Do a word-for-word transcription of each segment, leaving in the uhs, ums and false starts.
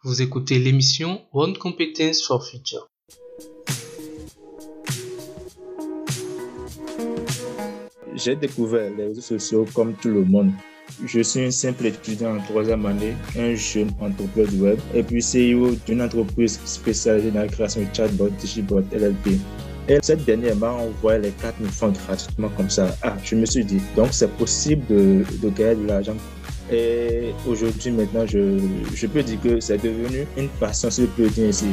Vous écoutez l'émission One Competence for Future. J'ai découvert les réseaux sociaux comme tout le monde. Je suis un simple étudiant en troisième année, un jeune entrepreneur du web et puis C E O d'une entreprise spécialisée dans la création de chatbot, Digibot L L P. Et cette dernière m'a envoyé les quatre mille francs gratuitement comme ça. Ah, je me suis dit, donc c'est possible de, de gagner de l'argent. Et aujourd'hui, maintenant, je, je peux dire que c'est devenu une passion, si je peux dire ici.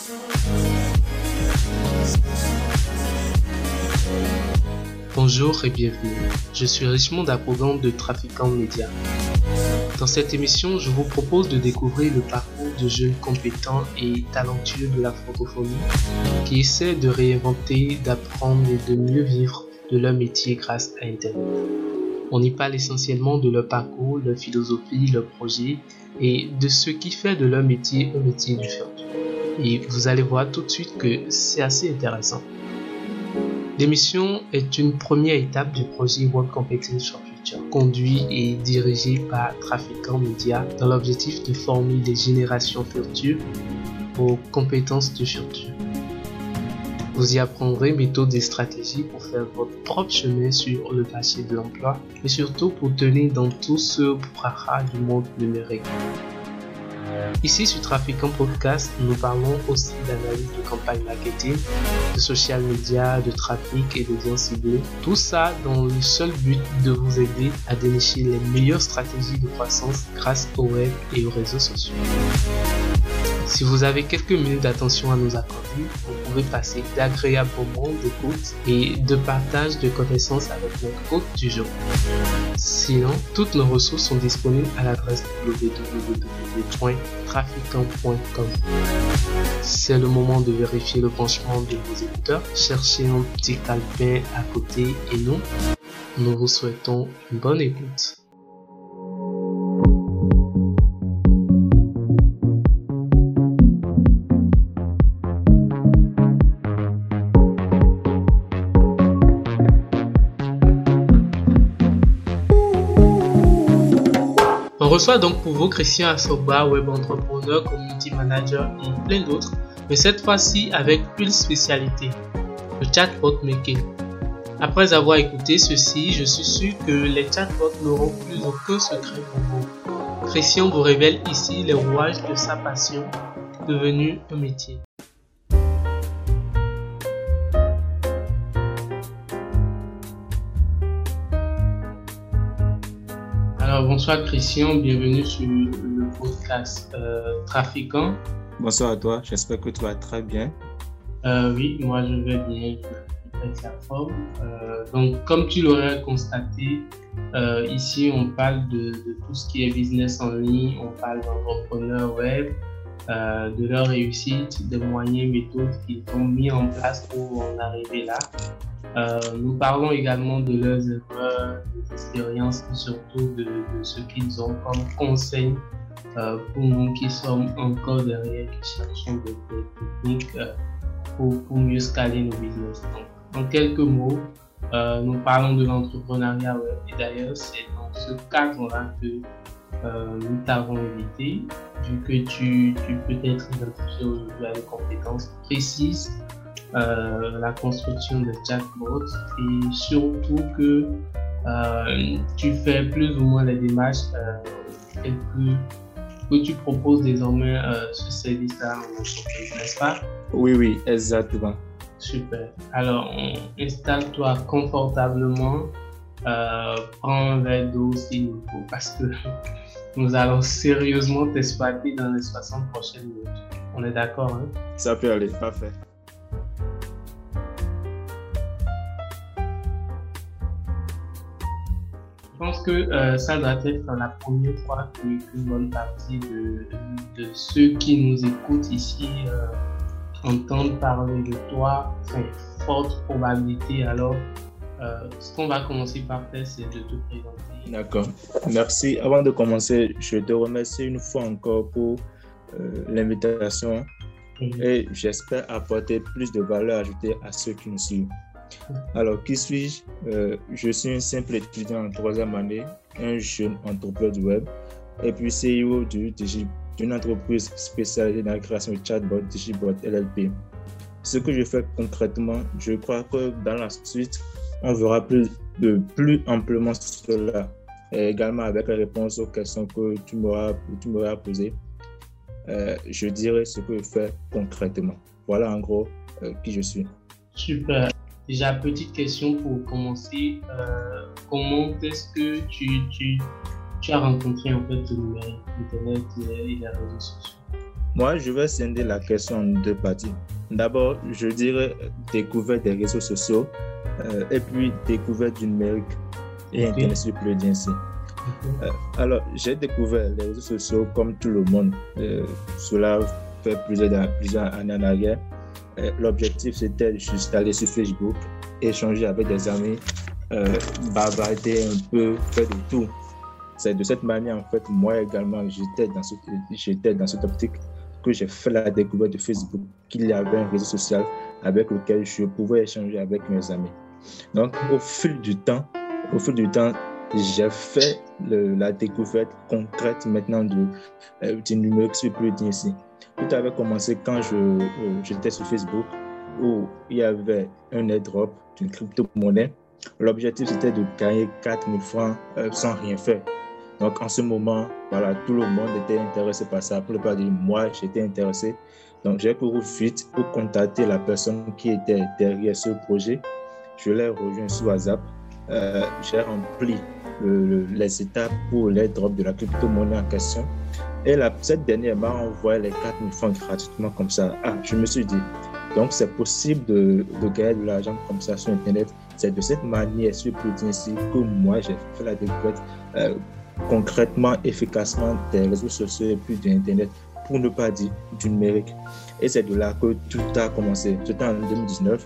Bonjour et bienvenue. Je suis Richmond Dapogan de Trafiquant Média. Dans cette émission, je vous propose de découvrir le parcours de jeunes compétents et talentueux de la francophonie qui essaient de réinventer, d'apprendre et de mieux vivre de leur métier grâce à Internet. On y parle essentiellement de leur parcours, leur philosophie, leur projet et de ce qui fait de leur métier un métier du futur. Et vous allez voir tout de suite que c'est assez intéressant. L'émission est une première étape du projet One Competence for Future, conduit et dirigé par Trafiquant Média dans l'objectif de former les générations futures aux compétences du futur. Vous y apprendrez méthodes et stratégies pour faire votre propre chemin sur le marché de l'emploi et surtout pour tenir dans tout ce brouhaha du monde numérique. Ici sur Trafiquant Podcast, nous parlons aussi d'analyse de campagne marketing, de social media, de trafic et d'audience ciblée. Tout ça dans le seul but de vous aider à dénicher les meilleures stratégies de croissance grâce au web et aux réseaux sociaux. Si vous avez quelques minutes d'attention à nous accorder, vous pouvez passer d'agréables moments d'écoute et de partage de connaissances avec notre hôte du jour. Sinon, toutes nos ressources sont disponibles à l'adresse w w w point trafiquant point com. C'est le moment de vérifier le branchement de vos écouteurs. Cherchez un petit calepin à côté et nous, nous vous souhaitons une bonne écoute. On reçoit donc pour vous Christian Assoba, web entrepreneur, community manager et plein d'autres, mais cette fois-ci avec une spécialité, le chatbot making. Après avoir écouté ceci, je suis sûr que les chatbots n'auront plus aucun secret pour vous. Christian vous révèle ici les rouages de sa passion, devenue un métier. Alors, bonsoir Christian, bienvenue sur le podcast euh, Trafiquant. Bonsoir à toi, j'espère que tu vas très bien. Euh, oui, moi je vais bien, je vais la forme. Euh, donc, comme tu l'aurais constaté, euh, ici on parle de, de tout ce qui est business en ligne, on parle d'entrepreneurs web, euh, de leur réussite, des moyens, méthodes qu'ils ont mis en place pour en arriver là. Euh, nous parlons également de leurs erreurs, des expériences et surtout de, de ce qu'ils ont comme conseil euh, pour nous qui sommes encore derrière, qui cherchons des, des techniques euh, pour, pour mieux scaler nos business. Donc, en quelques mots, euh, nous parlons de l'entrepreneuriat web et d'ailleurs c'est dans ce cadre-là que euh, nous t'avons invité, vu que tu, tu peux être identifié aujourd'hui à des compétences précises. Euh, la construction de chatbots et surtout que euh, tu fais plus ou moins les démarches euh, que, que tu proposes désormais euh, ce service-là en entreprise, n'est-ce pas? Oui, oui, exactement. Super. Alors, installe-toi confortablement, euh, prends un verre d'eau s'il nous faut parce que nous allons sérieusement t'exploiter dans les soixante prochaines minutes. On est d'accord, hein? Ça peut aller, parfait. Je pense que euh, ça doit être la première fois qu'une bonne partie de, de ceux qui nous écoutent ici euh, entendent parler de toi. Enfin, forte probabilité. Alors, euh, ce qu'on va commencer par faire, c'est de te présenter. D'accord. Merci. Avant de commencer, je te remercie une fois encore pour euh, l'invitation mmh. et j'espère apporter plus de valeur ajoutée à ceux qui nous suivent. Alors, qui suis-je? euh, Je suis un simple étudiant en troisième année, un jeune entrepreneur du web et puis C E O du d'une entreprise spécialisée dans la création de chatbot, digibot, L L P. Ce que je fais concrètement, je crois que dans la suite, on verra plus, de, plus amplement cela, et également avec les réponses aux questions que tu m'auras, tu m'auras posées. Euh, je dirai ce que je fais concrètement. Voilà en gros euh, qui je suis. Super. Déjà, petite question pour commencer. Euh, comment est-ce que tu, tu, tu as rencontré en fait le numérique, Internet et les réseaux sociaux? Moi, je vais scinder la question en deux parties. D'abord, je dirais découverte des réseaux sociaux euh, et puis découverte du numérique et okay. Internet, si je peux le dire ainsi. Okay. Euh, alors, j'ai découvert les réseaux sociaux comme tout le monde. Euh, cela fait plusieurs, plusieurs années en arrière. Euh, l'objectif, c'était juste d'aller sur Facebook, échanger avec des amis, euh, bavarder un peu, faire de tout. C'est de cette manière, en fait, moi également, j'étais dans, ce, j'étais dans cette optique que j'ai fait la découverte de Facebook, qu'il y avait un réseau social avec lequel je pouvais échanger avec mes amis. Donc, au fil du temps, au fil du temps, j'ai fait le, la découverte concrète maintenant de, euh, du numérique, si je peux le dire ici. Tout avait commencé quand je, euh, j'étais sur Facebook, où il y avait un airdrop d'une crypto-monnaie. L'objectif, c'était de gagner quatre mille francs euh, sans rien faire. Donc, en ce moment, voilà, tout le monde était intéressé par ça. Pour ne pas dire, moi, j'étais intéressé. Donc, j'ai couru vite pour contacter la personne qui était derrière ce projet. Je l'ai rejoint sur WhatsApp. Euh, j'ai rempli le, le, les étapes pour l'airdrop de la crypto-monnaie en question. Et la, cette dernière m'a envoyé les quatre mille francs gratuitement comme ça. Ah, je me suis dit, donc c'est possible de, de gagner de l'argent comme ça sur Internet. C'est de cette manière, si je peux dire ainsi, que moi, j'ai fait la découverte euh, concrètement, efficacement des réseaux sociaux et puis de Internet, pour ne pas dire du numérique. Et c'est de là que tout a commencé. C'était en deux mille dix-neuf.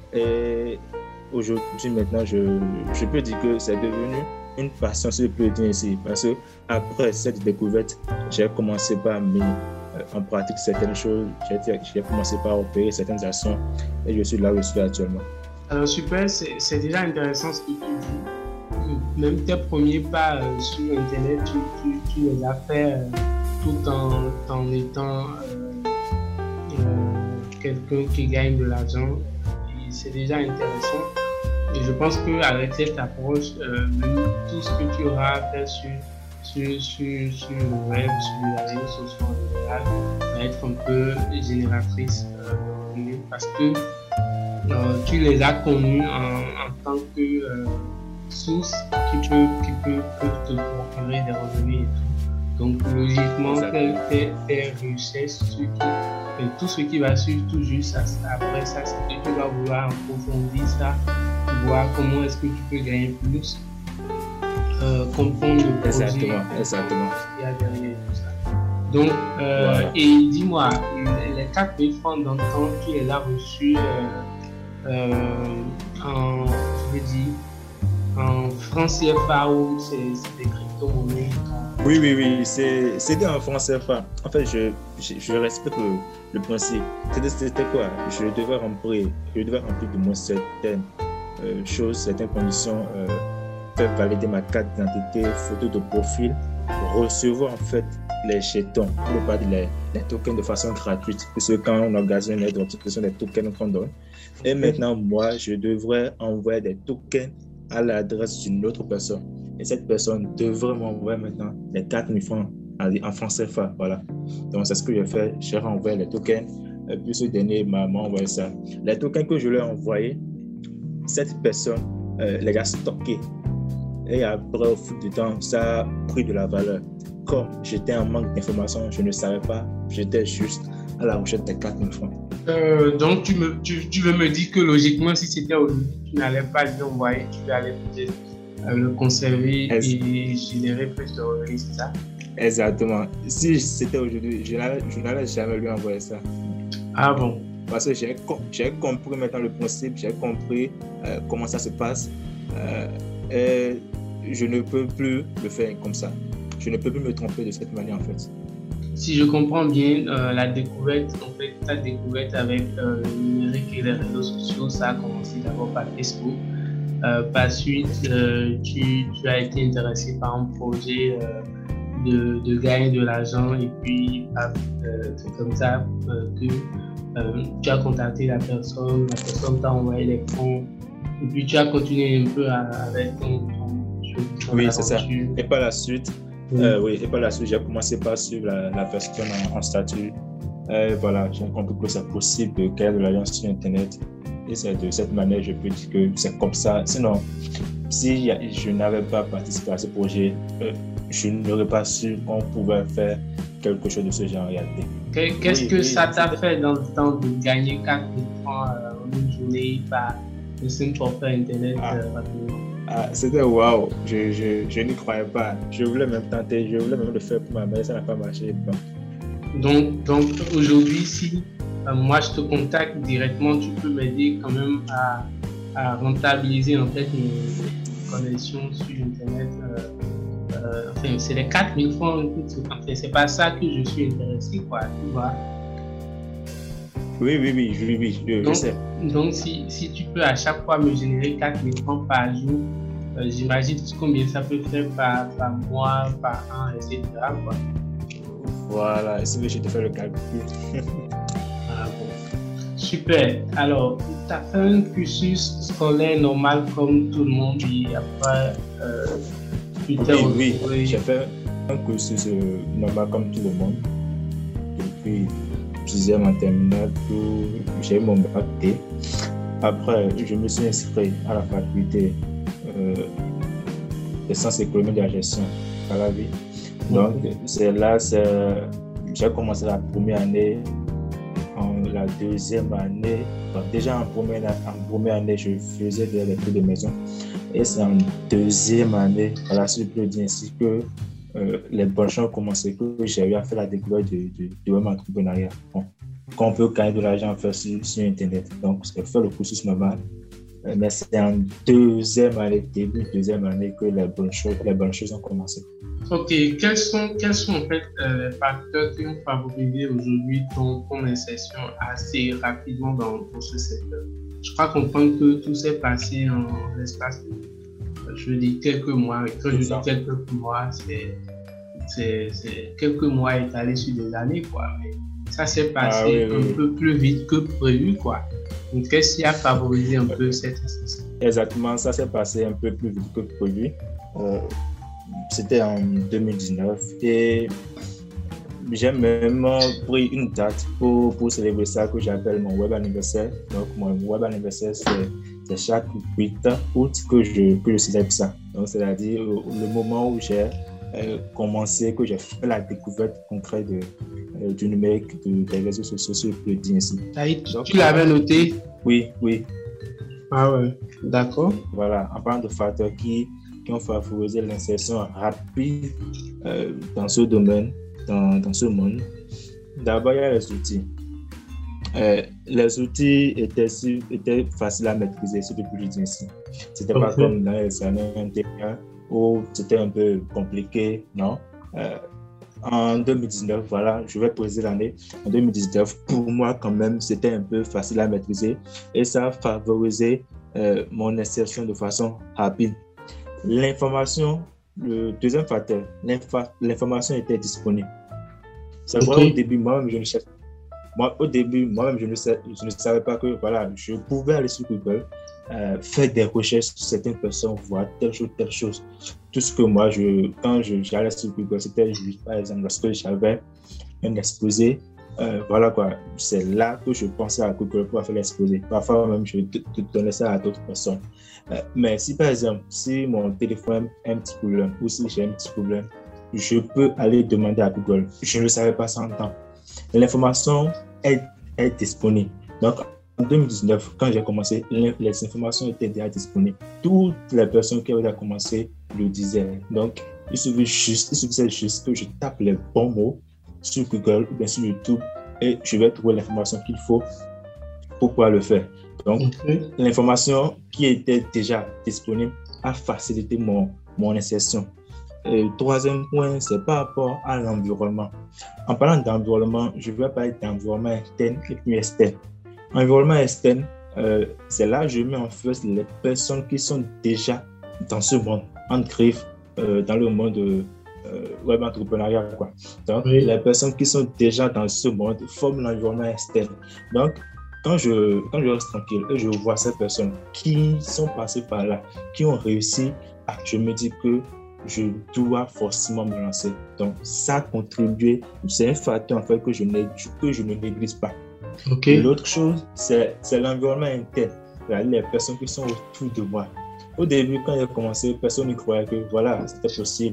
Et aujourd'hui, maintenant, je, je peux dire que c'est devenu une passion, si je peux le dire ici. Parce que après cette découverte, j'ai commencé par mettre en pratique certaines choses. J'ai, j'ai commencé par opérer certaines actions. Et je suis là où je suis actuellement. Alors, super. C'est, c'est déjà intéressant ce que tu dis. Même tes premiers pas euh, sur Internet, tu, tu, tu les as fait euh, tout en, en étant euh, euh, quelqu'un qui gagne de l'argent. Et c'est déjà intéressant. Et je pense qu'avec cette approche, euh, même tout ce que tu auras à faire sur, sur, sur, sur le web, sur les réseaux sociaux en général, va être un peu génératrice euh, de revenus parce que euh, tu les as connus en, en tant que euh, source qui peut, qui peut, peut te procurer des revenus et tout. Donc, logiquement, tes, tes, tes richesses, ce qui, et tout ce qui va suivre tout juste après ça, c'est que tu vas vouloir approfondir ça, voir comment est-ce que tu peux gagner plus, euh, comprendre le projet, exactement, exactement. ce qu'il y a derrière tout ça. Donc, euh, voilà. Et dis-moi, les quatre mille francs d'antan, tu les as reçus euh, euh, en, je veux dire, en francs C F A ou c'est, c'est des crypto-monnaies? Oui, oui, oui, c'est, c'était en francs C F A. En fait, je, je, je respecte le, le principe. C'était, c'était quoi? Je devais remplir, je devais remplir de moins certaines euh, choses, certaines conditions, euh, faire valider ma carte d'identité, photo de profil, recevoir en fait les jetons, pour ne pas dire les, les tokens de façon gratuite. Parce que quand on organise une aide, ce sont des tokens qu'on donne. Et maintenant, moi, je devrais envoyer des tokens à l'adresse d'une autre personne. Et cette personne devrait m'envoyer maintenant les quatre mille francs en francs C F A. Voilà. Donc, c'est ce que j'ai fait. J'ai renvoyé les tokens. Et puis, ce dernier m'a envoyé ça. Les tokens que je lui ai envoyés, cette personne euh, les a stockés. Et après, au fil du temps, ça a pris de la valeur. Comme j'étais en manque d'informations, je ne savais pas. J'étais juste à la recherche des quatre mille francs. Euh, donc, tu, me, tu, tu veux me dire que logiquement, si c'était aujourd'hui, tu n'allais pas lui envoyer, tu allais peut-être euh, le conserver Est- et générer plus de revenus, c'est ça? Exactement. Si c'était aujourd'hui, je n'allais, je n'allais jamais lui envoyer ça. Ah bon? Parce que j'ai, j'ai compris maintenant le principe, j'ai compris euh, comment ça se passe. Euh, et je ne peux plus le faire comme ça. Je ne peux plus me tromper de cette manière en fait. Si je comprends bien, euh, la découverte, en fait, ta découverte avec euh, le numérique et les réseaux sociaux, ça a commencé d'abord par Facebook. Euh, par suite, euh, tu, tu as été intéressé par un projet euh, de, de gagner de l'argent et puis euh, c'est comme ça euh, que euh, tu as contacté la personne, la personne t'a envoyé les fonds et puis tu as continué un peu à, avec ton, ton, ton Oui, c'est ça. Et par la suite, oui, euh, oui, et par la suite, j'ai commencé par suivre la, la personne en, en statut. Euh, voilà, j'ai compris que c'est possible de gagner de l'argent sur Internet. Et c'est de cette manière, je peux dire que c'est comme ça. Sinon, si je n'avais pas participé à ce projet, euh, je n'aurais pas su qu'on pouvait faire quelque chose de ce genre en réalité. Qu'est-ce oui, que oui, ça t'a fait dans le temps de gagner quatre mille francs euh, en une journée par le simple forfait Internet ah. euh, rapidement? Ah, c'était waouh, je, je, je n'y croyais pas. Je voulais même tenter, je voulais même le faire pour ma mère, ça n'a pas marché. Bon. Donc, donc aujourd'hui, si euh, moi je te contacte directement, tu peux m'aider quand même à, à rentabiliser en fait mes, mes connexions sur Internet. Euh, euh, enfin, c'est les quatre mille francs, enfin, c'est pas ça que je suis intéressé, quoi, tu vois. Oui, oui, oui, oui, oui, je, donc, je sais. Donc, si, si tu peux à chaque fois me générer quatre mille francs par jour, euh, j'imagine combien ça peut faire par, par mois, par an, et cetera, quoi. Voilà, si je te fais le calcul. Ah, bon. Super. Alors, tu as fait un cursus scolaire normal comme tout le monde et après, euh, tu t'es oui, retrouvé... Oui, j'ai fait un cursus euh, normal comme tout le monde. Depuis sixième en terminale, j'ai eu mon bac T. Après, je me suis inscrit à la faculté euh, des sciences économiques de la gestion à la vie. Donc, c'est là, c'est, j'ai commencé la première année, en la deuxième année. Donc, déjà en première, en première année, je faisais des lectures de maison. Et c'est en deuxième année, à la suite, je peux dire ainsi que euh, les bonnes choses ont commencé, que j'ai eu à faire la découverte de, de, de web entrepreneuriat. Bon, qu'on peut gagner de l'argent faire sur, sur Internet. Donc, j'ai fait le cursus normal. Mais c'est en deuxième année, début deuxième année, que les bonnes choses, les bonnes choses ont commencé. Ok, quels sont, quels sont en fait euh, les facteurs qui ont favorisé aujourd'hui ton, ton insertion assez rapidement dans, dans ce secteur? Je crois comprendre que tout s'est passé en, en l'espace de, je veux dire, quelques mois. Et quand je dis quelques mois, c'est, c'est, c'est quelques mois étalés sur des années, quoi. Mais ça s'est passé ah, oui, un oui, peu oui. plus vite que prévu, quoi. Donc, qu'est-ce qui a favorisé un peu cette insertion? Exactement, ça s'est passé un peu plus vite que prévu. Euh, C'était en deux mille dix-neuf et j'ai même pris une date pour, pour célébrer ça que j'appelle mon web anniversaire. Donc, mon web anniversaire, c'est, c'est chaque huit août que je, que je célèbre ça. Donc, c'est-à-dire le moment où j'ai euh, commencé, que j'ai fait la découverte concrète de, euh, du numérique, de, des réseaux sociaux, je peux dire ainsi. Donc, tu l'avais noté? Oui, oui. Ah ouais, d'accord. Voilà, en parlant de facteurs qui qui ont favorisé l'insertion rapide euh, dans ce domaine, dans, dans ce monde. D'abord, il y a les outils. Euh, les outils étaient, étaient faciles à maîtriser, c'est depuis le dire ici. C'était okay. Pas comme dans les années antérieures où c'était un peu compliqué, non? Euh, en deux mille dix-neuf, voilà, je vais poser l'année. En deux mille dix-neuf, pour moi, quand même, c'était un peu facile à maîtriser et ça a favorisé euh, mon insertion de façon rapide. L'information, le deuxième facteur, l'information était disponible. C'est okay. vrai, au début, moi-même, je ne cherchais, moi, au début, moi-même, je ne, sais, je ne savais pas que, voilà, je pouvais aller sur Google, euh, faire des recherches sur certaines personnes, voir telle chose, telle chose. Tout ce que moi, je, quand je, j'allais sur Google, c'était juste, par exemple, lorsque j'avais un exposé, euh, voilà quoi, c'est là que je pensais à Google pour faire l'exposé. Parfois même, je donnais ça à d'autres personnes. Euh, mais si par exemple, si mon téléphone a un petit problème ou si j'ai un petit problème, je peux aller demander à Google. Je ne le savais pas sans temps. L'information est, est disponible. Donc, en deux mille dix-neuf, quand j'ai commencé, les, les informations étaient déjà disponibles. Toutes les personnes qui avaient commencé le disaient. Donc, il suffisait juste, il suffisait juste que je tape les bons mots sur Google ou bien sur YouTube et je vais trouver l'information qu'il faut pour pouvoir le faire. Donc, okay. L'information qui était déjà disponible a facilité mon, mon insertion. Et le troisième point, c'est par rapport à l'environnement. En parlant d'environnement, je vais parler d'environnement interne et puis externe. Environnement externe, euh, c'est là que je mets en fait les personnes qui sont déjà dans ce monde, ancrées euh, dans le monde euh, euh, web entrepreneuriat, quoi. Donc, Oui. les personnes qui sont déjà dans ce monde forment l'environnement externe. Donc, quand je, quand je reste tranquille et je vois ces personnes qui sont passées par là, qui ont réussi, ah, je me dis que je dois forcément me lancer. Donc, ça a contribué, c'est un facteur en fait que je, que je ne néglige pas. Okay. L'autre chose, c'est, c'est l'environnement interne, les personnes qui sont autour de moi. Au début, quand j'ai commencé, personne ne croyait que voilà, c'était possible.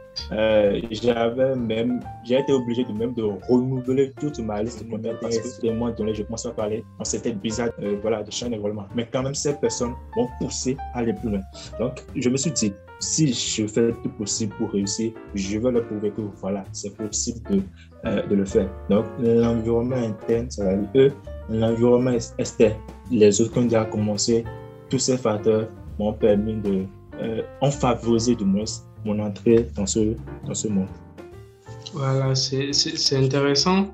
Euh, j'avais même, j'ai été obligé de même de renouveler toute ma liste de contacts parce que les mois donné, je commençais à parler, c'était bizarre, euh, voilà, de changer d'environnement. Mais quand même, ces personnes m'ont poussé à aller plus loin. Donc, je me suis dit, si je fais tout possible pour réussir, je vais leur prouver que voilà, c'est possible de, euh, de le faire. Donc, l'environnement interne, ça va dire eux, l'environnement externe, les autres qui ont déjà commencé, tous ces facteurs m'ont permis de, euh, ont favorisé du moins mon entrée dans ce, dans ce monde. Voilà, c'est, c'est, c'est intéressant.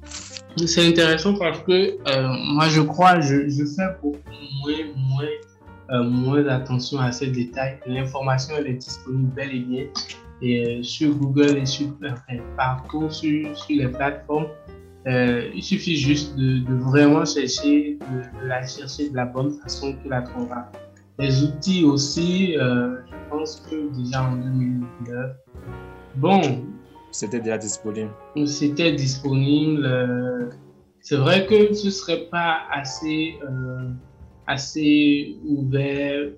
C'est intéressant parce que euh, moi, je crois, je, je fais beaucoup moins, moins, euh, moins attention à ces détails. L'information, elle est disponible bel et bien et, euh, sur Google et sur, enfin, partout sur, sur les plateformes. Euh, il suffit juste de, de vraiment chercher, de, de la chercher de la bonne façon, tu la trouveras. Les outils aussi, euh, je pense que déjà en deux mille dix-neuf, bon, c'était déjà disponible. C'était disponible. Euh, c'est vrai que ce serait pas assez, euh, assez ouvert,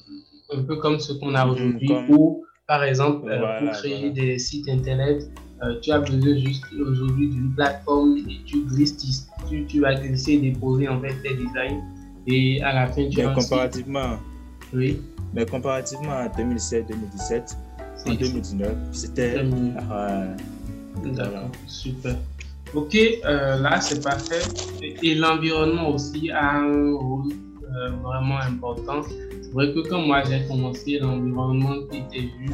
un peu comme ce qu'on a aujourd'hui, mmh, comme... où, par exemple, euh, voilà, pour créer voilà. des sites internet, euh, tu as besoin juste aujourd'hui d'une plateforme et tu glisses, tu, tu vas glisser et déposer en fait tes designs et à la fin tu as comparativement. Oui. Mais comparativement à deux mille seize deux mille dix-sept, en deux mille dix-neuf, c'était... Euh, D'accord, voilà. Super. Ok, euh, là c'est parfait. Et, et l'environnement aussi a un rôle euh, vraiment important. C'est vrai que quand moi j'ai commencé, l'environnement qui était vu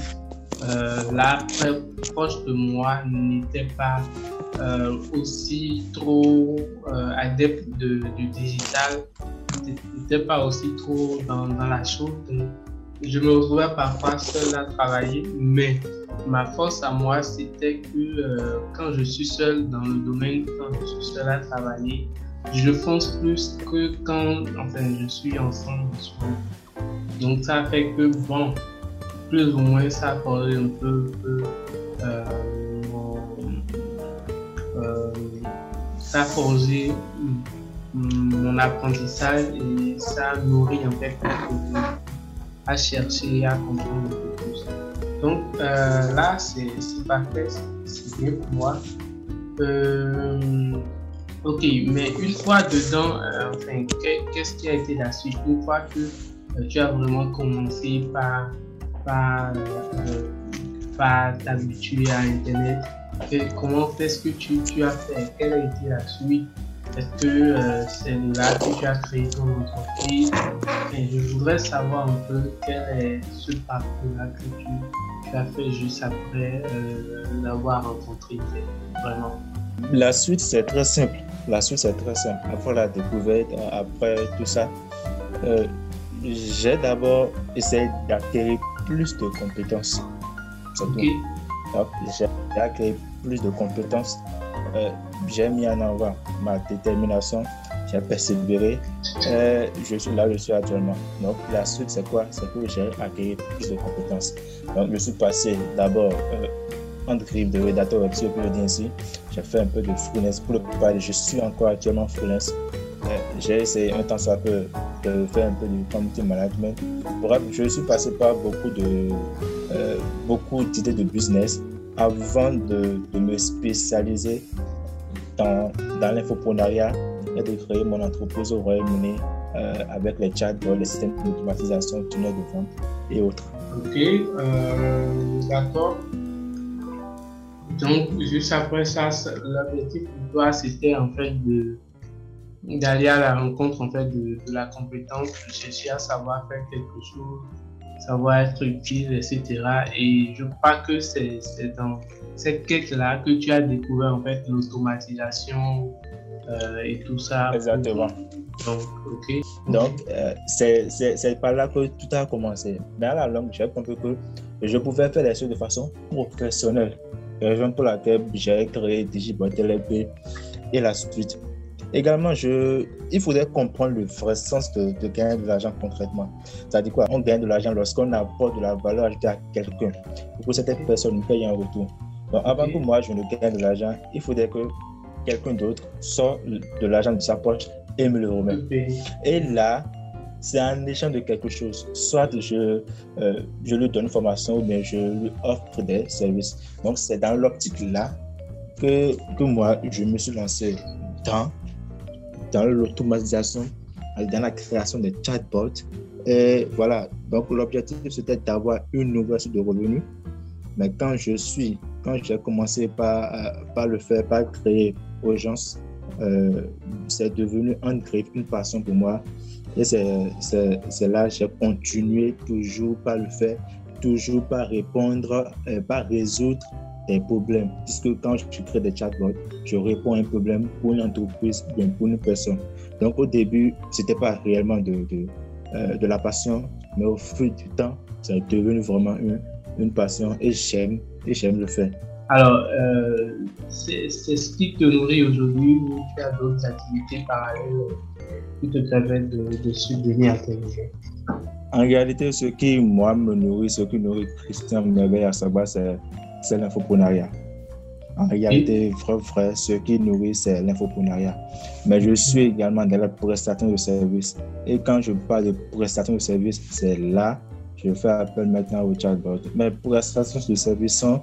euh, là, très proche de moi, n'était pas euh, aussi trop euh, adepte de, du digital, n'était pas aussi trop dans, dans la chose. Donc, je me retrouvais parfois seul à travailler, mais ma force à moi, c'était que euh, quand je suis seul dans le domaine, quand je suis seul à travailler, je fonce plus que quand enfin, je suis ensemble. Donc ça fait que, bon, plus ou moins, ça a forgé un peu, peu euh, mon, euh, ça a forgé mon apprentissage et ça nourrit en fait à chercher, à comprendre un peu plus. Donc euh, là, c'est, c'est parfait, c'est bien pour moi. Euh, ok, mais une fois dedans, euh, enfin, qu'est-ce qui a été la suite? Une fois que euh, tu as vraiment commencé par, par, euh, par t'habituer à Internet, que, comment est-ce que tu, tu as fait? Quelle a été la suite? Est-ce que euh, c'est là que tu as créé ton entreprise? Et je voudrais savoir un peu quel est ce parcours-là que tu, tu as fait juste après euh, l'avoir rencontré, vraiment. La suite, c'est très simple. La suite, c'est très simple. Après la découverte, après tout ça, euh, j'ai d'abord essayé d'acquérir plus de compétences. C'est okay. tout. Donc, j'ai acquis plus de compétences. Euh, j'ai mis en avant ma détermination, j'ai persévéré, euh, je suis là où je suis actuellement. Donc la suite c'est quoi? C'est que j'ai acquis plus de compétences. Donc je suis passé d'abord euh, entre grippe de rédacteur web, si je peux le dire ainsi. J'ai fait un peu de freelance, pour le parler, je suis encore actuellement freelance. Euh, j'ai essayé un temps soit peu de faire un peu de community management. Bref, je suis passé par beaucoup de euh, beaucoup d'idées de business avant de, de me spécialiser dans, dans l'infoprenariat et de créer mon entreprise au Royaume-Uni euh, avec les chatbots, les systèmes d'automatisation, tunnels de vente et autres. Ok, euh, d'accord. Donc, juste après ça, l'objectif pour toi, c'était en fait de, d'aller à la rencontre en fait de, de la compétence, de chercher à savoir faire quelque chose savoir être utile, et cetera. Et je crois que c'est, c'est dans cette quête-là que tu as découvert en fait l'automatisation euh, et tout ça. Exactement. Donc, ok. Donc, euh, c'est, c'est, c'est par là que tout a commencé. Mais à la longue, j'ai compris que je pouvais faire les choses de façon professionnelle. Raison pour laquelle j'ai créé Digibot L L P et la suite. Également, je, il faudrait comprendre le vrai sens de, de gagner de l'argent concrètement. C'est-à-dire quoi? On gagne de l'argent lorsqu'on apporte de la valeur ajoutée à quelqu'un pour que cette personne nous paye un retour. Donc, avant que moi, je ne gagne de l'argent, il faudrait que quelqu'un d'autre sorte de l'argent de sa poche et me le remet. Et là, c'est un échange de quelque chose. Soit je, euh, je lui donne une formation ou bien je lui offre des services. Donc, c'est dans l'optique-là que, que moi, je me suis lancé dans, dans l'automatisation, dans la création des chatbots. Et voilà, donc l'objectif, c'était d'avoir une nouvelle source de revenus. Mais quand je suis, quand j'ai commencé par, par le faire, par créer Urgence, euh, c'est devenu un griffe, une passion pour moi. Et c'est, c'est, c'est là que j'ai continué toujours par le faire, toujours par répondre, euh, par résoudre des problèmes. Puisque quand je crée des chatbots, je réponds à un problème pour une entreprise ou bien pour une personne. Donc au début, ce n'était pas réellement de, de, euh, de la passion, mais au fil du temps, ça est devenu vraiment une, une passion et j'aime, et j'aime le faire. Alors, euh, c'est, c'est ce qui te nourrit aujourd'hui ou tu as d'autres activités parallèles qui te permettent de, de subvenir à tes besoins? En réalité, ce qui, moi, me nourrit, ce qui nourrit Christian Merveille à savoir, c'est, c'est l'infoprenariat. En réalité, vrai, vrai, ce qui nourrit, c'est l'infoprenariat. Mais je suis également dans la prestation de services. Et quand je parle de prestation de services, c'est là que je fais appel maintenant au chatbot. Mes prestations de services sont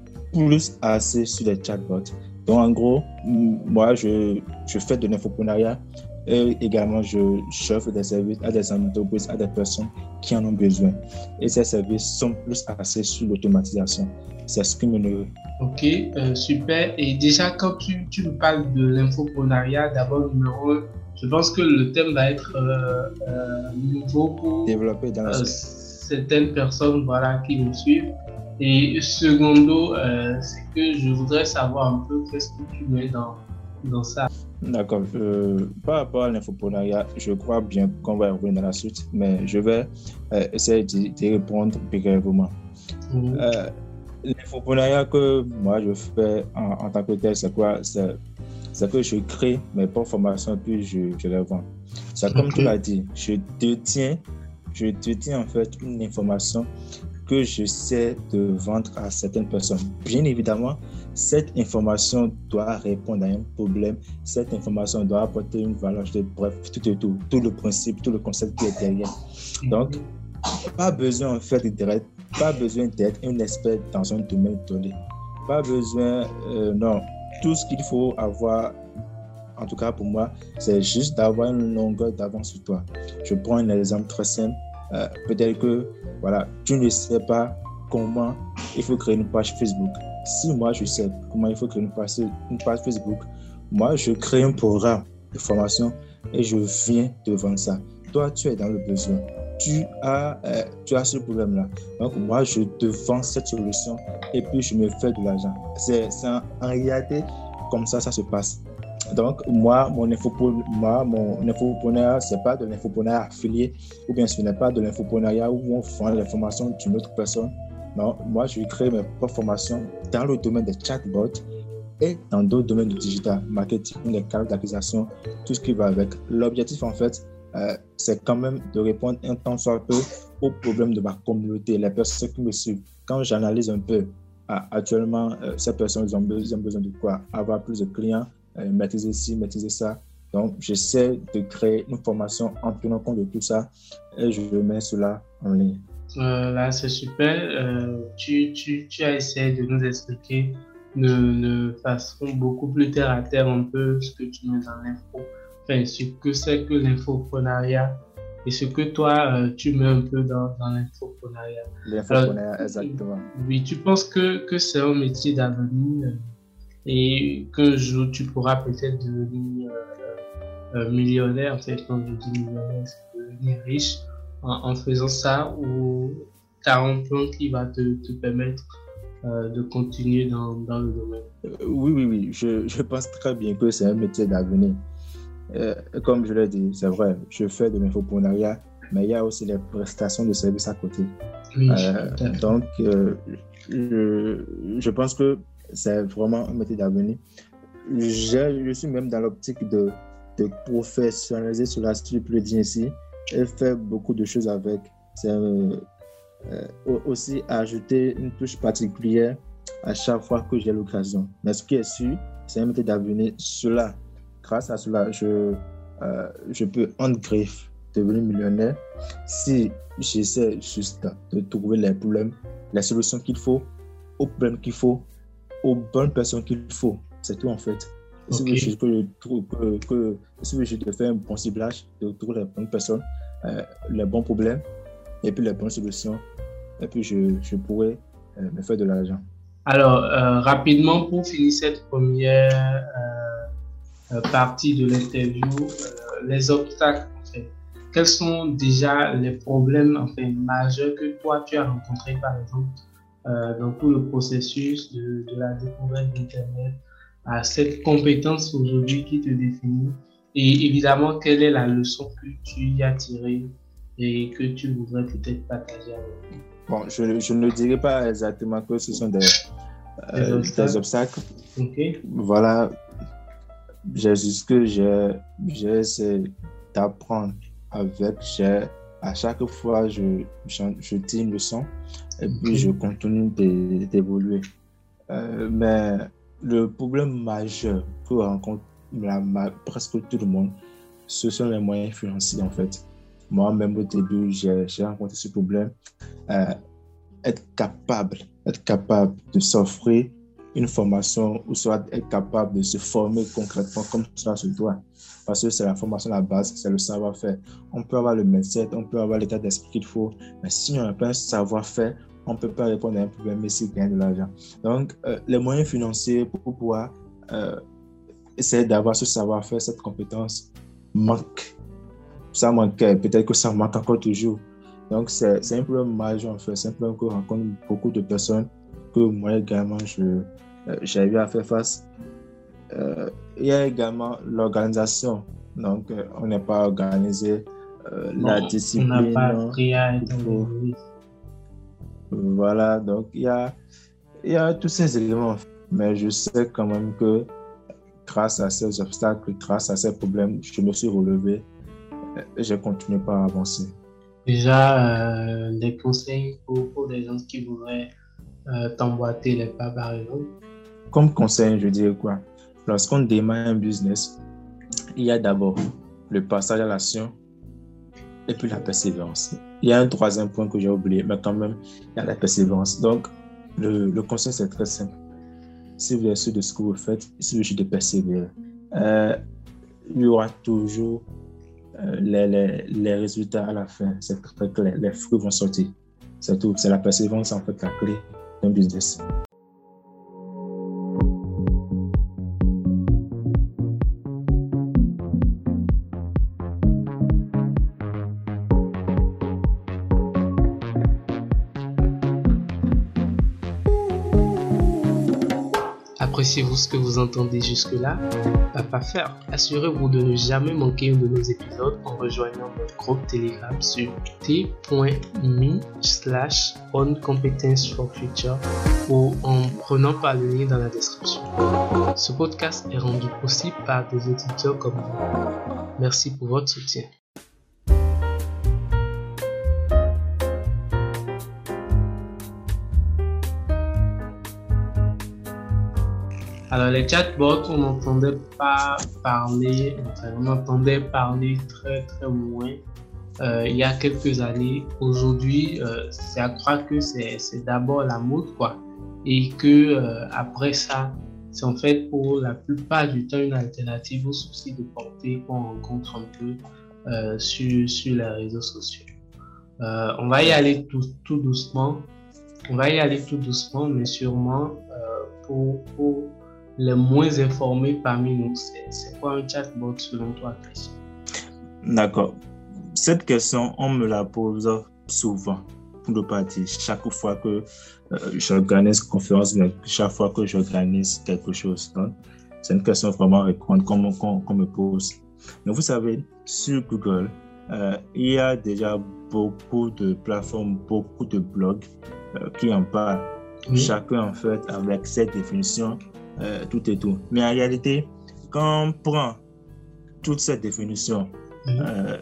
plus axées sur les chatbots. Donc, en gros, moi, je, je fais de l'infoprenariat. Et également, je j'offre des services à des entreprises, à des personnes qui en ont besoin. Et ces services sont plus axés sur l'automatisation. C'est ce qui me nourrit. Ok, euh, super. Et déjà, quand tu, tu me parles de l'infoprenariat, d'abord, numéro un, je pense que le thème va être euh, euh, nouveau pour développer dans la euh, certaines personnes voilà, qui nous suivent. Et secondo, euh, c'est que je voudrais savoir un peu qu'est-ce que tu mets dans, dans ça. D'accord. Euh, par rapport à l'infoprenariat, je crois bien qu'on va y revenir dans la suite, mais je vais euh, essayer d'y répondre brièvement. Mmh. Euh, l'infoprenariat que moi je fais en, en tant que tel, c'est quoi? C'est, c'est que je crée mes propres formations puis je, je les vends. C'est comme okay. Tu l'as dit, je détiens, je détiens en fait une information que j'essaie de vendre à certaines personnes. Bien évidemment, cette information doit répondre à un problème, cette information doit apporter une valeur, bref, tout et tout, tout le principe, tout le concept qui est derrière. Donc, pas besoin en fait d'être, pas besoin d'être un expert dans un domaine donné. Pas besoin, euh, non, tout ce qu'il faut avoir, en tout cas pour moi, c'est juste d'avoir une longueur d'avance sur toi. Je prends un exemple très simple. Euh, peut-être que voilà, tu ne sais pas comment il faut créer une page Facebook. Si moi je sais comment il faut créer une page, une page Facebook, moi je crée un programme de formation et je viens te vendre ça. Toi, tu es dans le besoin. Tu as, euh, tu as ce problème-là. Donc moi, je te vends cette solution et puis je me fais de l'argent. C'est, c'est en, en réalité comme ça, ça se passe. Donc, moi, mon infoprenariat, mon infoprenariat, ce n'est pas de l'infoprenariat affilié ou bien ce n'est pas de l'infoprenariat où on vend l'information d'une autre personne. Non, moi, je crée mes propres formations dans le domaine des chatbots et dans d'autres domaines du digital, marketing, les canaux d'acquisition, tout ce qui va avec. L'objectif, en fait, euh, c'est quand même de répondre un tant soit peu aux problèmes de ma communauté, les personnes qui me suivent. Quand j'analyse un peu, euh, actuellement, euh, ces personnes ils ont, besoin, ils ont besoin de quoi? Avoir plus de clients, Euh, maîtriser ci, maîtriser ça. Donc, j'essaie de créer une formation en tenant compte de tout ça et je mets cela en ligne. Euh, là, c'est super. Euh, tu, tu, tu as essayé de nous expliquer de, de façon beaucoup plus terre à terre un peu ce que tu mets dans l'info, enfin, ce que c'est que l'infoprenariat et ce que toi, euh, tu mets un peu dans, dans l'infoprenariat. L'infoprenariat, exactement. Oui, tu penses que, que c'est un métier d'avenir et qu'un jour tu pourras peut-être devenir euh, euh, millionnaire, en fait, quand je dis millionnaire, c'est devenir riche, en, en faisant ça ou tu as un plan qui va te, te permettre euh, de continuer dans, dans le domaine? Euh, oui, oui, oui. Je, je pense très bien que c'est un métier d'avenir. Euh, comme je l'ai dit, c'est vrai, je fais de l'infoprenariat, mais il y a aussi les prestations de services à côté. Oui, Euh, donc, euh, je, je pense que c'est vraiment un métier d'avenir. Je, je suis même dans l'optique de, de professionnaliser cela, si je peux le dire ici, et faire beaucoup de choses avec. C'est euh, euh, aussi ajouter une touche particulière à chaque fois que j'ai l'occasion. Mais ce qui est sûr, c'est un métier d'avenir. Cela, grâce à cela, je, euh, je peux en griffe devenir millionnaire si j'essaie juste de trouver les problèmes, les solutions qu'il faut, aux problèmes qu'il faut, aux bonnes personnes qu'il faut. C'est tout en fait. Okay. Si je que, que, que, si je de faire un bon ciblage, de trouver les bonnes personnes, euh, les bons problèmes et puis les bonnes solutions, et puis je, je pourrais euh, me faire de l'argent. Alors, euh, rapidement, pour finir cette première euh, euh, partie de l'interview, euh, les obstacles, en fait. Quels sont déjà les problèmes en fait, majeurs que toi, tu as rencontrés, par exemple, euh, dans tout le processus de, de la découverte d'Internet, à cette compétence aujourd'hui qui te définit? Et évidemment, quelle est la leçon que tu y as tirée et que tu voudrais peut-être partager avec nous? Bon, je, je ne dirais pas exactement que ce sont des, euh, des obstacles. Des obstacles. Okay. Voilà, j'ai juste que j'ai, j'ai essayé d'apprendre avec. J'ai, à chaque fois, je, je, je tire une leçon et okay. puis je continue de, d'évoluer. Euh, mais le problème majeur que rencontre la, ma, presque tout le monde, ce sont les moyens financiers en fait. Moi-même au début, j'ai, j'ai rencontré ce problème. Euh, être capable, être capable de s'offrir une formation ou soit être capable de se former concrètement comme cela se doit. Parce que c'est la formation à la base, c'est le savoir-faire. On peut avoir le mindset, on peut avoir l'état d'esprit qu'il faut, mais si on n'a pas un savoir-faire, on ne peut pas répondre à un problème ici et gagner de l'argent. Donc, euh, les moyens financiers pour pouvoir euh, essayer d'avoir ce savoir-faire, cette compétence, manquent. Ça manquait, peut-être que ça manque encore toujours. Donc, c'est, c'est un problème majeur en fait. C'est un problème que rencontre beaucoup de personnes, que moi également, je, euh, j'ai eu à faire face. Euh, il y a également l'organisation. Donc, euh, on n'est pas organisé. Euh, bon, la discipline. On n'a pas appris à être organisé. Voilà, donc il y a, il y a tous ces éléments. Mais je sais quand même que grâce à ces obstacles, grâce à ces problèmes, je me suis relevé et j'ai continué par avancer. Déjà, euh, des conseils pour, pour des gens qui voudraient euh, t'emboîter les pas, par exemple? Comme conseil, je dirais quoi? Lorsqu'on démarre un business, il y a d'abord le passage à l'action et puis la persévérance. Il y a un troisième point que j'ai oublié, mais quand même, il y a la persévérance. Donc, le, le conseil, c'est très simple. Si vous êtes sûr de ce que vous faites, il suffit de persévérer. Euh, il y aura toujours euh, les, les, les résultats à la fin. C'est très clair. Les fruits vont sortir. C'est tout. C'est la persévérance, en fait, la clé d'un business. Appréciez-vous ce que vous entendez jusque-là? Bah, pas faire. Assurez-vous de ne jamais manquer un de nos épisodes en rejoignant notre groupe Telegram sur t.me slash on competence for future ou en prenant par le lien dans la description. Ce podcast est rendu possible par des auditeurs comme vous. Merci pour votre soutien. Alors, les chatbots, on n'entendait pas parler, enfin, on entendait parler très très moins euh, il y a quelques années. Aujourd'hui, euh, c'est à croire que c'est, c'est d'abord la mode, quoi. Et que euh, après ça, c'est en fait pour la plupart du temps une alternative aux soucis de portée qu'on rencontre un peu euh, sur, sur les réseaux sociaux. Euh, on va y aller tout, tout doucement. On va y aller tout doucement, mais sûrement euh, pour, pour les moins informés parmi nous. C'est, c'est quoi un chatbot selon toi, Christian? D'accord. cette question, on me la pose souvent, pour ne pas dire chaque fois que euh, j'organise une conférence, mais chaque fois que j'organise quelque chose. Donc, c'est une question vraiment récurrente qu'on, qu'on, qu'on me pose. Mais vous savez, sur Google, euh, il y a déjà beaucoup de plateformes, beaucoup de blogs euh, qui en parlent. Oui. Chacun, en fait, avec cette définition, euh, tout et tout. Mais en réalité, quand on prend toute cette définition, oui. euh,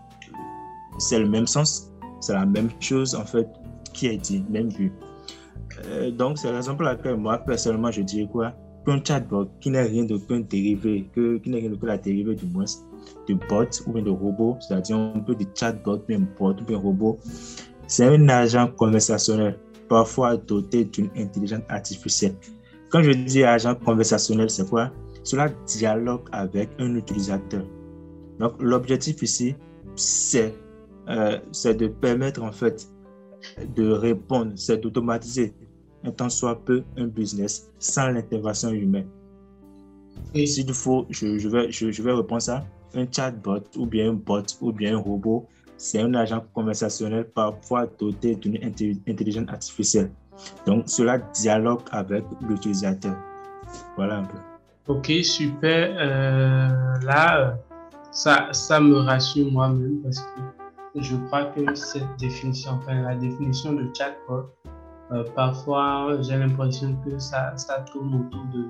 c'est le même sens, c'est la même chose, en fait, qui est dit, même vu. Euh, donc, c'est la raison pour laquelle, moi, personnellement, je dirais quoi? Qu'un chatbot qui n'est rien de qu'un dérivé, que, qui n'est rien de que la dérivée, du moins, de bot ou bien de robot, c'est-à-dire on peut dire chatbot, bien bot ou bien robot, c'est un agent conversationnel, parfois doté d'une intelligence artificielle. Quand je dis agent conversationnel, c'est quoi? Cela dialogue avec un utilisateur. Donc, l'objectif ici, c'est, euh, c'est de permettre en fait de répondre, c'est d'automatiser un tant soit peu un business sans l'intervention humaine. Et s'il faut, je, je, vais, je, je vais répondre ça. Un chatbot ou bien un bot ou bien un robot, c'est un agent conversationnel parfois doté d'une intelligence artificielle. Donc, cela dialogue avec l'utilisateur. Voilà un peu. Ok, super. Euh, là, ça, ça me rassure moi-même parce que je crois que cette définition, enfin la définition de chatbot, euh, parfois j'ai l'impression que ça, ça tourne autour de,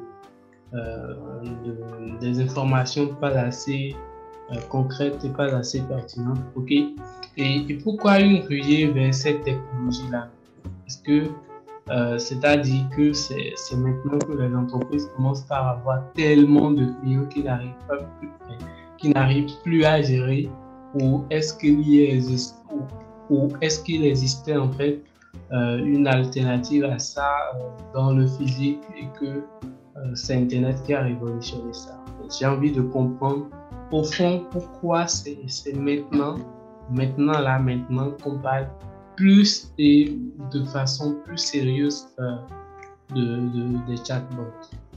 euh, de, des informations pas assez euh, concrètes et pas assez pertinentes. Ok. Et, et pourquoi une ruée vers cette technologie-là? Parce que Euh, c'est-à-dire que c'est, c'est maintenant que les entreprises commencent par avoir tellement de clients qui n'arrivent pas plus, qui n'arrivent plus à gérer, ou est-ce qu'il y existe, ou, ou est-ce qu'il existait en fait euh, une alternative à ça euh, dans le physique et que euh, c'est Internet qui a révolutionné ça. J'ai envie de comprendre au fond pourquoi c'est, c'est maintenant, maintenant là, maintenant qu'on parle plus et de façon plus sérieuse euh, de, de, des chatbots.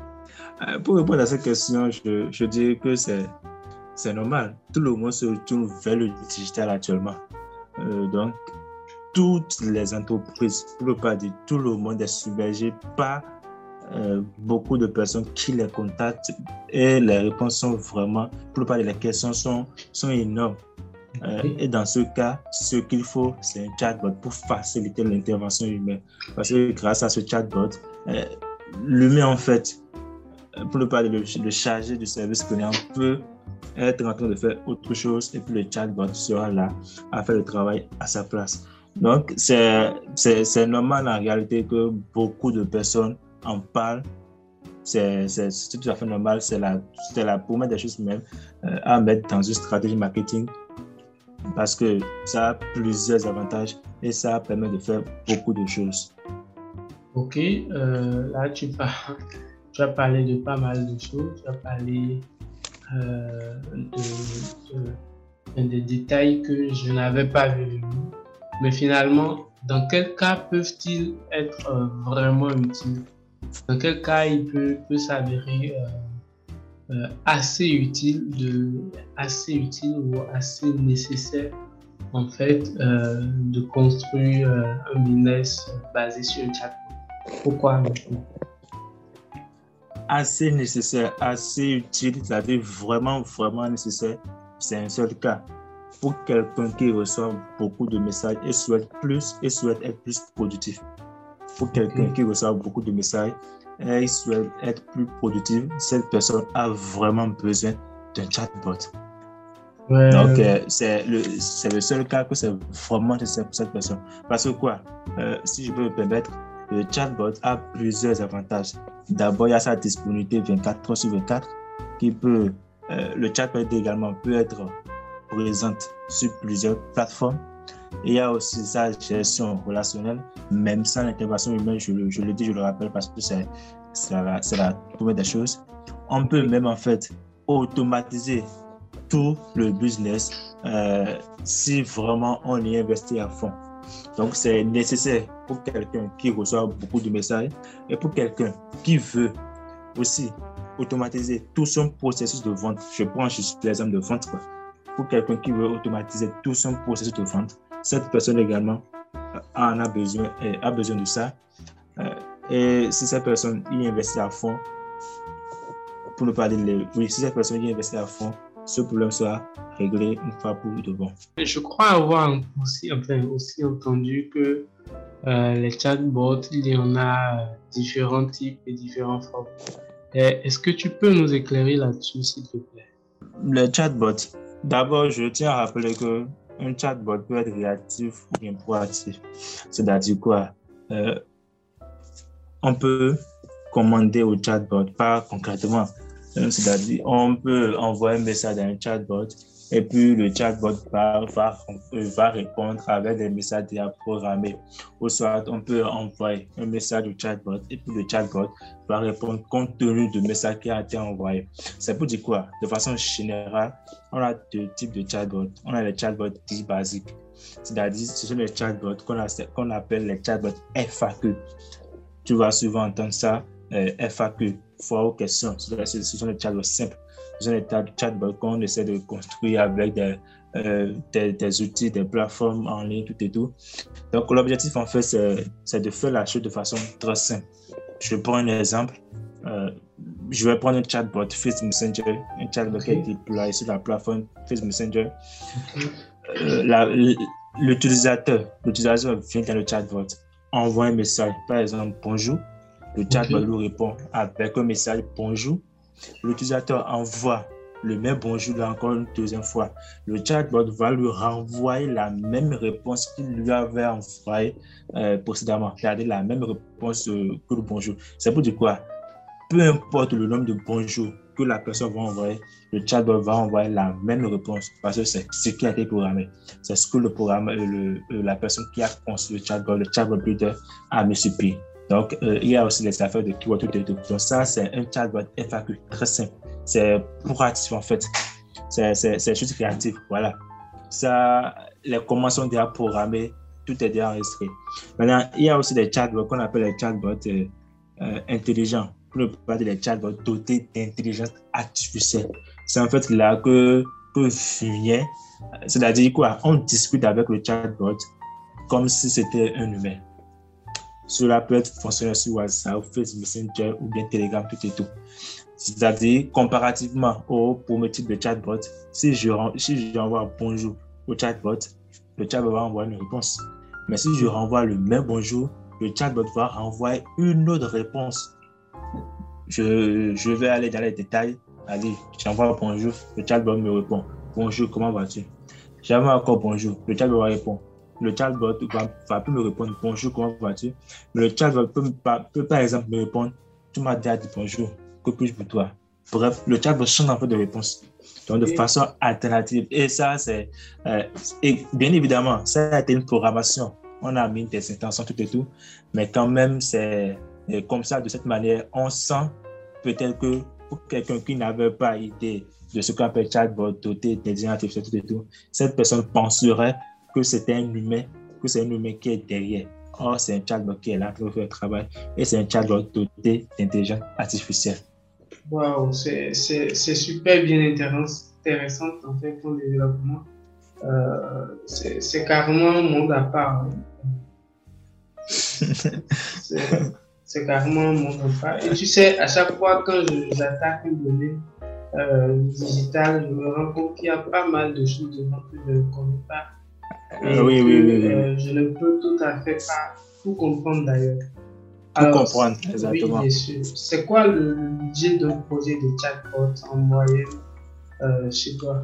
Euh, pour répondre à cette question, je, je dirais que c'est, c'est normal. Tout le monde se tourne vers le digital actuellement. Euh, donc, toutes les entreprises, pour ne pas dire tout le monde, est submergé par euh, beaucoup de personnes qui les contactent et les réponses sont vraiment, pour ne pas dire les questions sont, sont énormes. Euh, et dans ce cas, ce qu'il faut, c'est un chatbot pour faciliter l'intervention humaine. Parce que grâce à ce chatbot, euh, l'humain, en fait, pour ne pas le, le charger du service client, peut être en train de faire autre chose et puis le chatbot sera là à faire le travail à sa place. Donc, c'est, c'est, c'est normal en réalité que beaucoup de personnes en parlent. C'est, c'est, c'est tout à fait normal. C'est la, c'est la première des choses même euh, à mettre dans une stratégie marketing. Parce que ça a plusieurs avantages et ça permet de faire beaucoup de choses. Ok, euh, là tu, par... tu as parlé de pas mal de choses, tu as parlé euh, de, de, de, de détails que je n'avais pas vus. Mais finalement, dans quel cas peuvent-ils être euh, vraiment utiles? Dans quel cas il peut, peut s'avérer euh, Euh, assez utile de assez utile ou assez nécessaire en fait euh, de construire euh, un business basé sur un chatbot. Pourquoi maintenant? Assez nécessaire, assez utile, c'est-à-dire vraiment vraiment nécessaire, c'est un seul cas. Pour quelqu'un qui reçoit beaucoup de messages et souhaite plus et souhaite être plus productif. Pour quelqu'un okay. qui reçoit beaucoup de messages et il souhaite être plus productif, cette personne a vraiment besoin d'un chatbot. Ouais. Donc, euh, c'est, le, c'est le seul cas que c'est vraiment nécessaire pour cette personne. Parce que quoi, euh, si je peux me permettre, le chatbot a plusieurs avantages. D'abord, il y a sa disponibilité vingt-quatre heures sur vingt-quatre, qui peut, euh, le chatbot également peut être présente sur plusieurs plateformes. Et il y a aussi sa gestion relationnelle, même sans l'intervention humaine, je, je le dis, je le rappelle parce que c'est, c'est, la, c'est la première des choses. On peut même en fait automatiser tout le business euh, si vraiment on y investit à fond. Donc c'est nécessaire pour quelqu'un qui reçoit beaucoup de messages et pour quelqu'un qui veut aussi automatiser tout son processus de vente. Je prends juste l'exemple de vente, quoi. pour quelqu'un qui veut automatiser tout son processus de vente. Cette personne également en a besoin, a besoin de ça. Et si cette personne y investit à fond, pour ne pas dire les, oui, si cette personne y investit à fond, ce problème sera réglé une fois pour de bon. Je crois avoir aussi, enfin, aussi entendu que euh, les chatbots, il y en a différents types et différentes formes. Et est-ce que tu peux nous éclairer là-dessus, s'il te plaît? Les chatbots. D'abord, je tiens à rappeler que un chatbot peut être réactif ou bien proactif. C'est-à-dire quoi? Euh, on peut commander au chatbot, pas concrètement. C'est-à-dire, on peut envoyer un message à un chatbot et puis le chatbot va, va, va répondre avec des messages déjà programmés. Ou soit, on peut envoyer un message au chatbot et puis le chatbot va répondre compte tenu du message qui a été envoyé. C'est pour dire quoi? De façon générale, on a deux types de chatbots. On a les chatbots dits basiques. C'est-à-dire, ce sont les chatbots qu'on, a, qu'on appelle les chatbots F A Q. Tu vas souvent entendre ça, euh, F A Q. Fois aux questions. Ce sont des chatbots simples. Ce sont des chatbots qu'on essaie de construire avec des, euh, des, des outils, des plateformes en ligne, tout et tout. Donc, l'objectif, en fait, c'est, c'est de faire la chose de façon très simple. Je prends un exemple. Euh, je vais prendre un chatbot Facebook Messenger, un chatbot okay. qui a été déployé sur la plateforme Facebook Messenger. Okay. Euh, la, l'utilisateur, l'utilisateur vient dans le chatbot, envoie un message, par exemple, bonjour. Le chatbot okay. lui répond avec un message bonjour. L'utilisateur envoie le même bonjour là encore une deuxième fois. Le chatbot va lui renvoyer la même réponse qu'il lui avait envoyée euh, précédemment, c'est-à-dire la même réponse euh, que le bonjour. C'est pour dire quoi? Peu importe le nombre de bonjours que la personne va envoyer, le chatbot va envoyer la même réponse parce que c'est ce qui a été programmé. C'est ce que le programme, le, le, la personne qui a conçu le chatbot, le chatbot builder a multiplié. Donc, euh, il y a aussi les affaires de keyword, tout et tout. Donc, ça, c'est un chatbot F A Q très simple. C'est proactif, en fait. C'est, c'est, c'est juste créatif. Voilà. Ça, les commandes sont déjà programmées. Tout est déjà enregistré. Maintenant, il y a aussi des chatbots qu'on appelle les chatbots euh, euh, intelligents. Pour ne pas dire les chatbots dotés d'intelligence artificielle. C'est en fait là que, que vient. C'est-à-dire quoi? On discute avec le chatbot comme si c'était un humain. Cela peut être fonctionnel sur WhatsApp, Facebook Messenger ou bien Telegram, tout et tout. C'est-à-dire, comparativement au premier type de chatbot, si je, si je renvoie bonjour au chatbot, le chatbot va envoyer une réponse. Mais si je renvoie le même bonjour, le chatbot va renvoyer une autre réponse. Je, je vais aller dans les détails. Allez, j'envoie bonjour, le chatbot me répond. Bonjour, comment vas-tu? J'envoie encore bonjour, le chatbot va répondre. Le chatbot va, va plus me répondre bonjour, comment vas-tu? Le chatbot peut, peut par exemple me répondre tu m'as déjà dit bonjour, que puis-je pour toi? Bref, le chatbot change en fait de réponse. Donc de oui. façon alternative. Et ça, c'est. Euh, et bien évidemment, ça a été une programmation. On a mis des intentions, tout et tout. Mais quand même, c'est comme ça, de cette manière, on sent peut-être que pour quelqu'un qui n'avait pas idée de ce qu'on appelle chatbot doté d'intelligence artificielle, tout et tout, cette personne penserait que c'était un humain, que c'est un humain qui est derrière. Or, c'est un chatbot qui est là pour faire le travail et c'est un chatbot doté d'intelligence artificielle. Waouh, c'est, c'est, c'est super bien intéressant en fait pour le développement. Euh, c'est, c'est carrément un monde à part. Hein. c'est, c'est carrément un monde à part. Et tu sais, à chaque fois quand je, j'attaque une donnée euh, digitale, je me rends compte qu'il y a pas mal de choses dedans que je ne connais pas. Et oui, que, oui, oui, oui. Euh, je ne peux tout à fait pas tout comprendre d'ailleurs. Tout Alors, comprendre, exactement. Oui, bien sûr. C'est quoi le budget d'un projet de chatbot en moyenne euh, chez toi?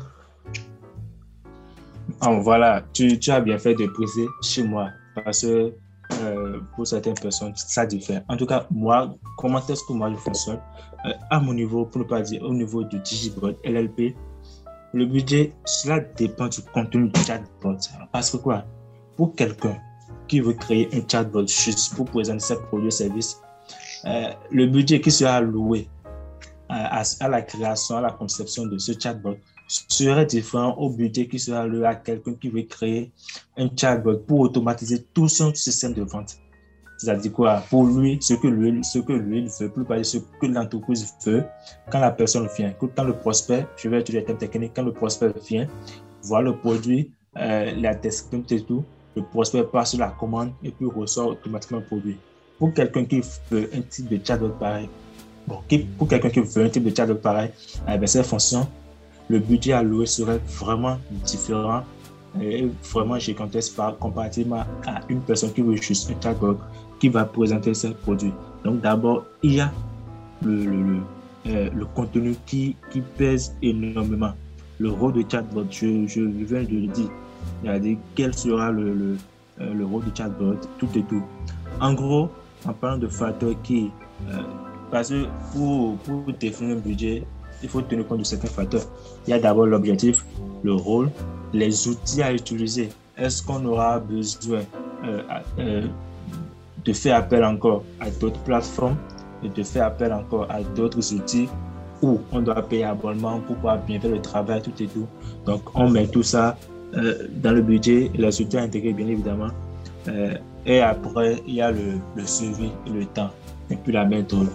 Oh, voilà, tu, tu as bien fait de préciser chez moi parce que euh, pour certaines personnes, ça diffère. En tout cas, moi, comment est-ce que moi je fonctionne? Euh, à mon niveau, pour ne pas dire au niveau du Digibot L L P, le budget, cela dépend du contenu du chatbot. Parce que quoi? Pour quelqu'un qui veut créer un chatbot juste pour présenter ses produits et services, euh, le budget qui sera alloué à, à, à la création, à la conception de ce chatbot serait différent au budget qui sera alloué à quelqu'un qui veut créer un chatbot pour automatiser tout son système de vente. C'est-à-dire quoi? Pour lui, ce que lui, ce que lui ne veut plus, pas ce que l'entreprise veut, quand la personne vient, quand le prospect, je vais utiliser les termes techniques, quand le prospect vient, voir le produit, euh, la description et tout, le prospect passe sur la commande et puis ressort automatiquement le produit. Pour quelqu'un qui veut un type de chatbot pareil, bon, qui, pour quelqu'un qui veut un type de chatbot pareil, avec cette fonction, le budget alloué serait vraiment différent et vraiment gigantesque par comparativement à une personne qui veut juste un chatbot qui va présenter ses produits. Donc d'abord, il y a le, le, le, euh, le contenu qui, qui pèse énormément. Le rôle de chatbot, je, je viens de le dire. C'est-à-dire quel sera le, le, euh, le rôle de chatbot, tout et tout. En gros, en parlant de facteurs qui... Euh, parce que pour, pour définir un budget, il faut tenir compte de certains facteurs. Il y a d'abord l'objectif, le rôle, les outils à utiliser. Est-ce qu'on aura besoin euh, euh, de faire appel encore à d'autres plateformes et de faire appel encore à d'autres outils où on doit payer abonnement pour pouvoir bien faire le travail, tout et tout. Donc, on met tout ça euh, dans le budget, les outils à intégrer, bien évidemment. Euh, et après, il y a le, le suivi et le temps. Et puis la main d'œuvre.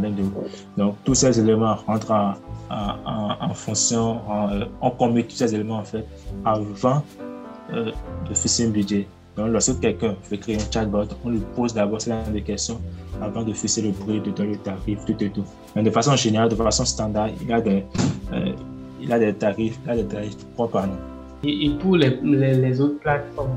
Donc, tous ces éléments rentrent en, en, en, en fonction, en, euh, on commet tous ces éléments en fait avant euh, de fixer un budget. Donc, lorsque quelqu'un veut créer un chatbot, on lui pose d'abord ce genre de questions avant de fixer le prix, de donner le tarif, tout et tout. Mais de façon générale, de façon standard, il y a des, euh, il y a des tarifs, il y a des tarifs propres à nous. Et, et pour les, les, les autres plateformes,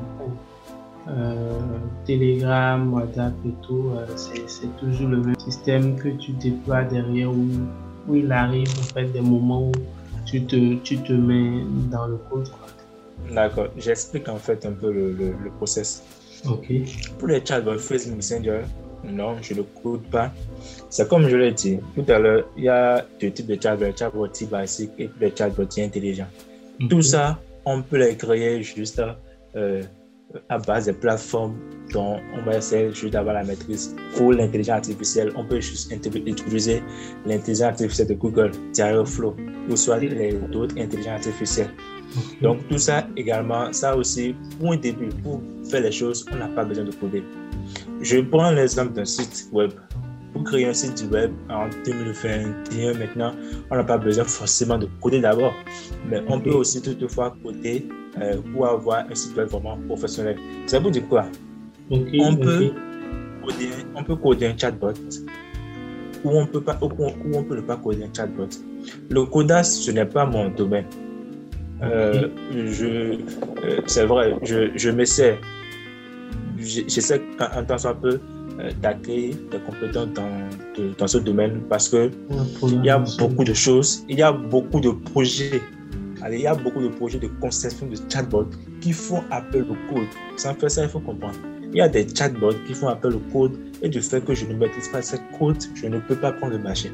Euh, Telegram, WhatsApp et tout, euh, c'est, c'est toujours le même système que tu déploies derrière où, où il arrive en fait des moments où tu te, tu te mets dans le code. Quoi. D'accord, j'explique en fait un peu le, le, le process. Ok. Pour les chatbots Facebook Messenger, non, je ne le code pas. C'est comme je l'ai dit tout à l'heure, il y a deux types de chatbots, les chatbots basiques et les chatbots intelligents. Okay. Tout ça, on peut les créer juste euh, à base des plateformes dont on va essayer juste d'avoir la maîtrise. Pour l'intelligence artificielle, on peut juste utiliser l'intelligence artificielle de Google, Dialogflow, ou soit les autres intelligences artificielles. Okay. Donc tout ça également, ça aussi, pour un début, pour faire les choses, on n'a pas besoin de coder. Je prends l'exemple d'un site web. Pour créer un site web en deux mille vingt et un maintenant, on n'a pas besoin forcément de coder d'abord, mais on okay. peut aussi toutefois coder euh, pour avoir un site web vraiment professionnel. Ça veut dire quoi? Okay, on, okay. Peut coder, on peut coder un chatbot ou on peut pas, ou on peut ne pas coder un chatbot. Le codage, ce n'est pas mon domaine. Euh, okay. je, euh, c'est vrai, je, je m'essaie, j'essaie en tant soit peu d'acquérir des compétences dans, de, dans ce domaine parce que il y a beaucoup de choses, il y a beaucoup de projets, allez, il y a beaucoup de projets de conception de chatbots qui font appel au code. Sans faire ça, il faut comprendre. Il y a des chatbots qui font appel au code et du fait que je ne maîtrise pas ce code, je ne peux pas prendre le marché.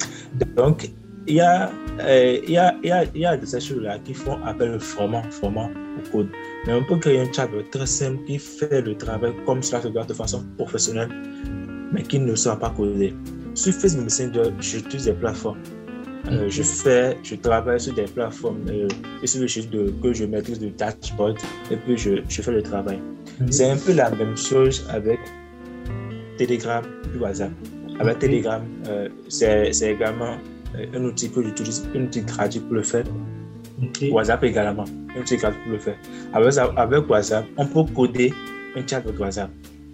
Donc, il y a, euh, il y a, il y a, il y a de ces choses-là qui font appel vraiment, vraiment au code. Mais on peut créer un chatbot très simple qui fait le travail comme cela se doit de façon professionnelle, mais qui ne sera pas codé. Sur Facebook Messenger, j'utilise des plateformes. Euh, je fais, je travaille sur des plateformes euh, et sur le chiffre de, que je maîtrise de dashboard et puis je, je fais le travail. Mm-hmm. C'est un peu la même chose avec Telegram et WhatsApp. Avec okay. Telegram, euh, c'est, c'est également un outil que j'utilise, un outil gratuit pour le faire. Okay. WhatsApp également, un outil gratuit pour le faire. Avec, avec WhatsApp, on peut coder un chat de WhatsApp.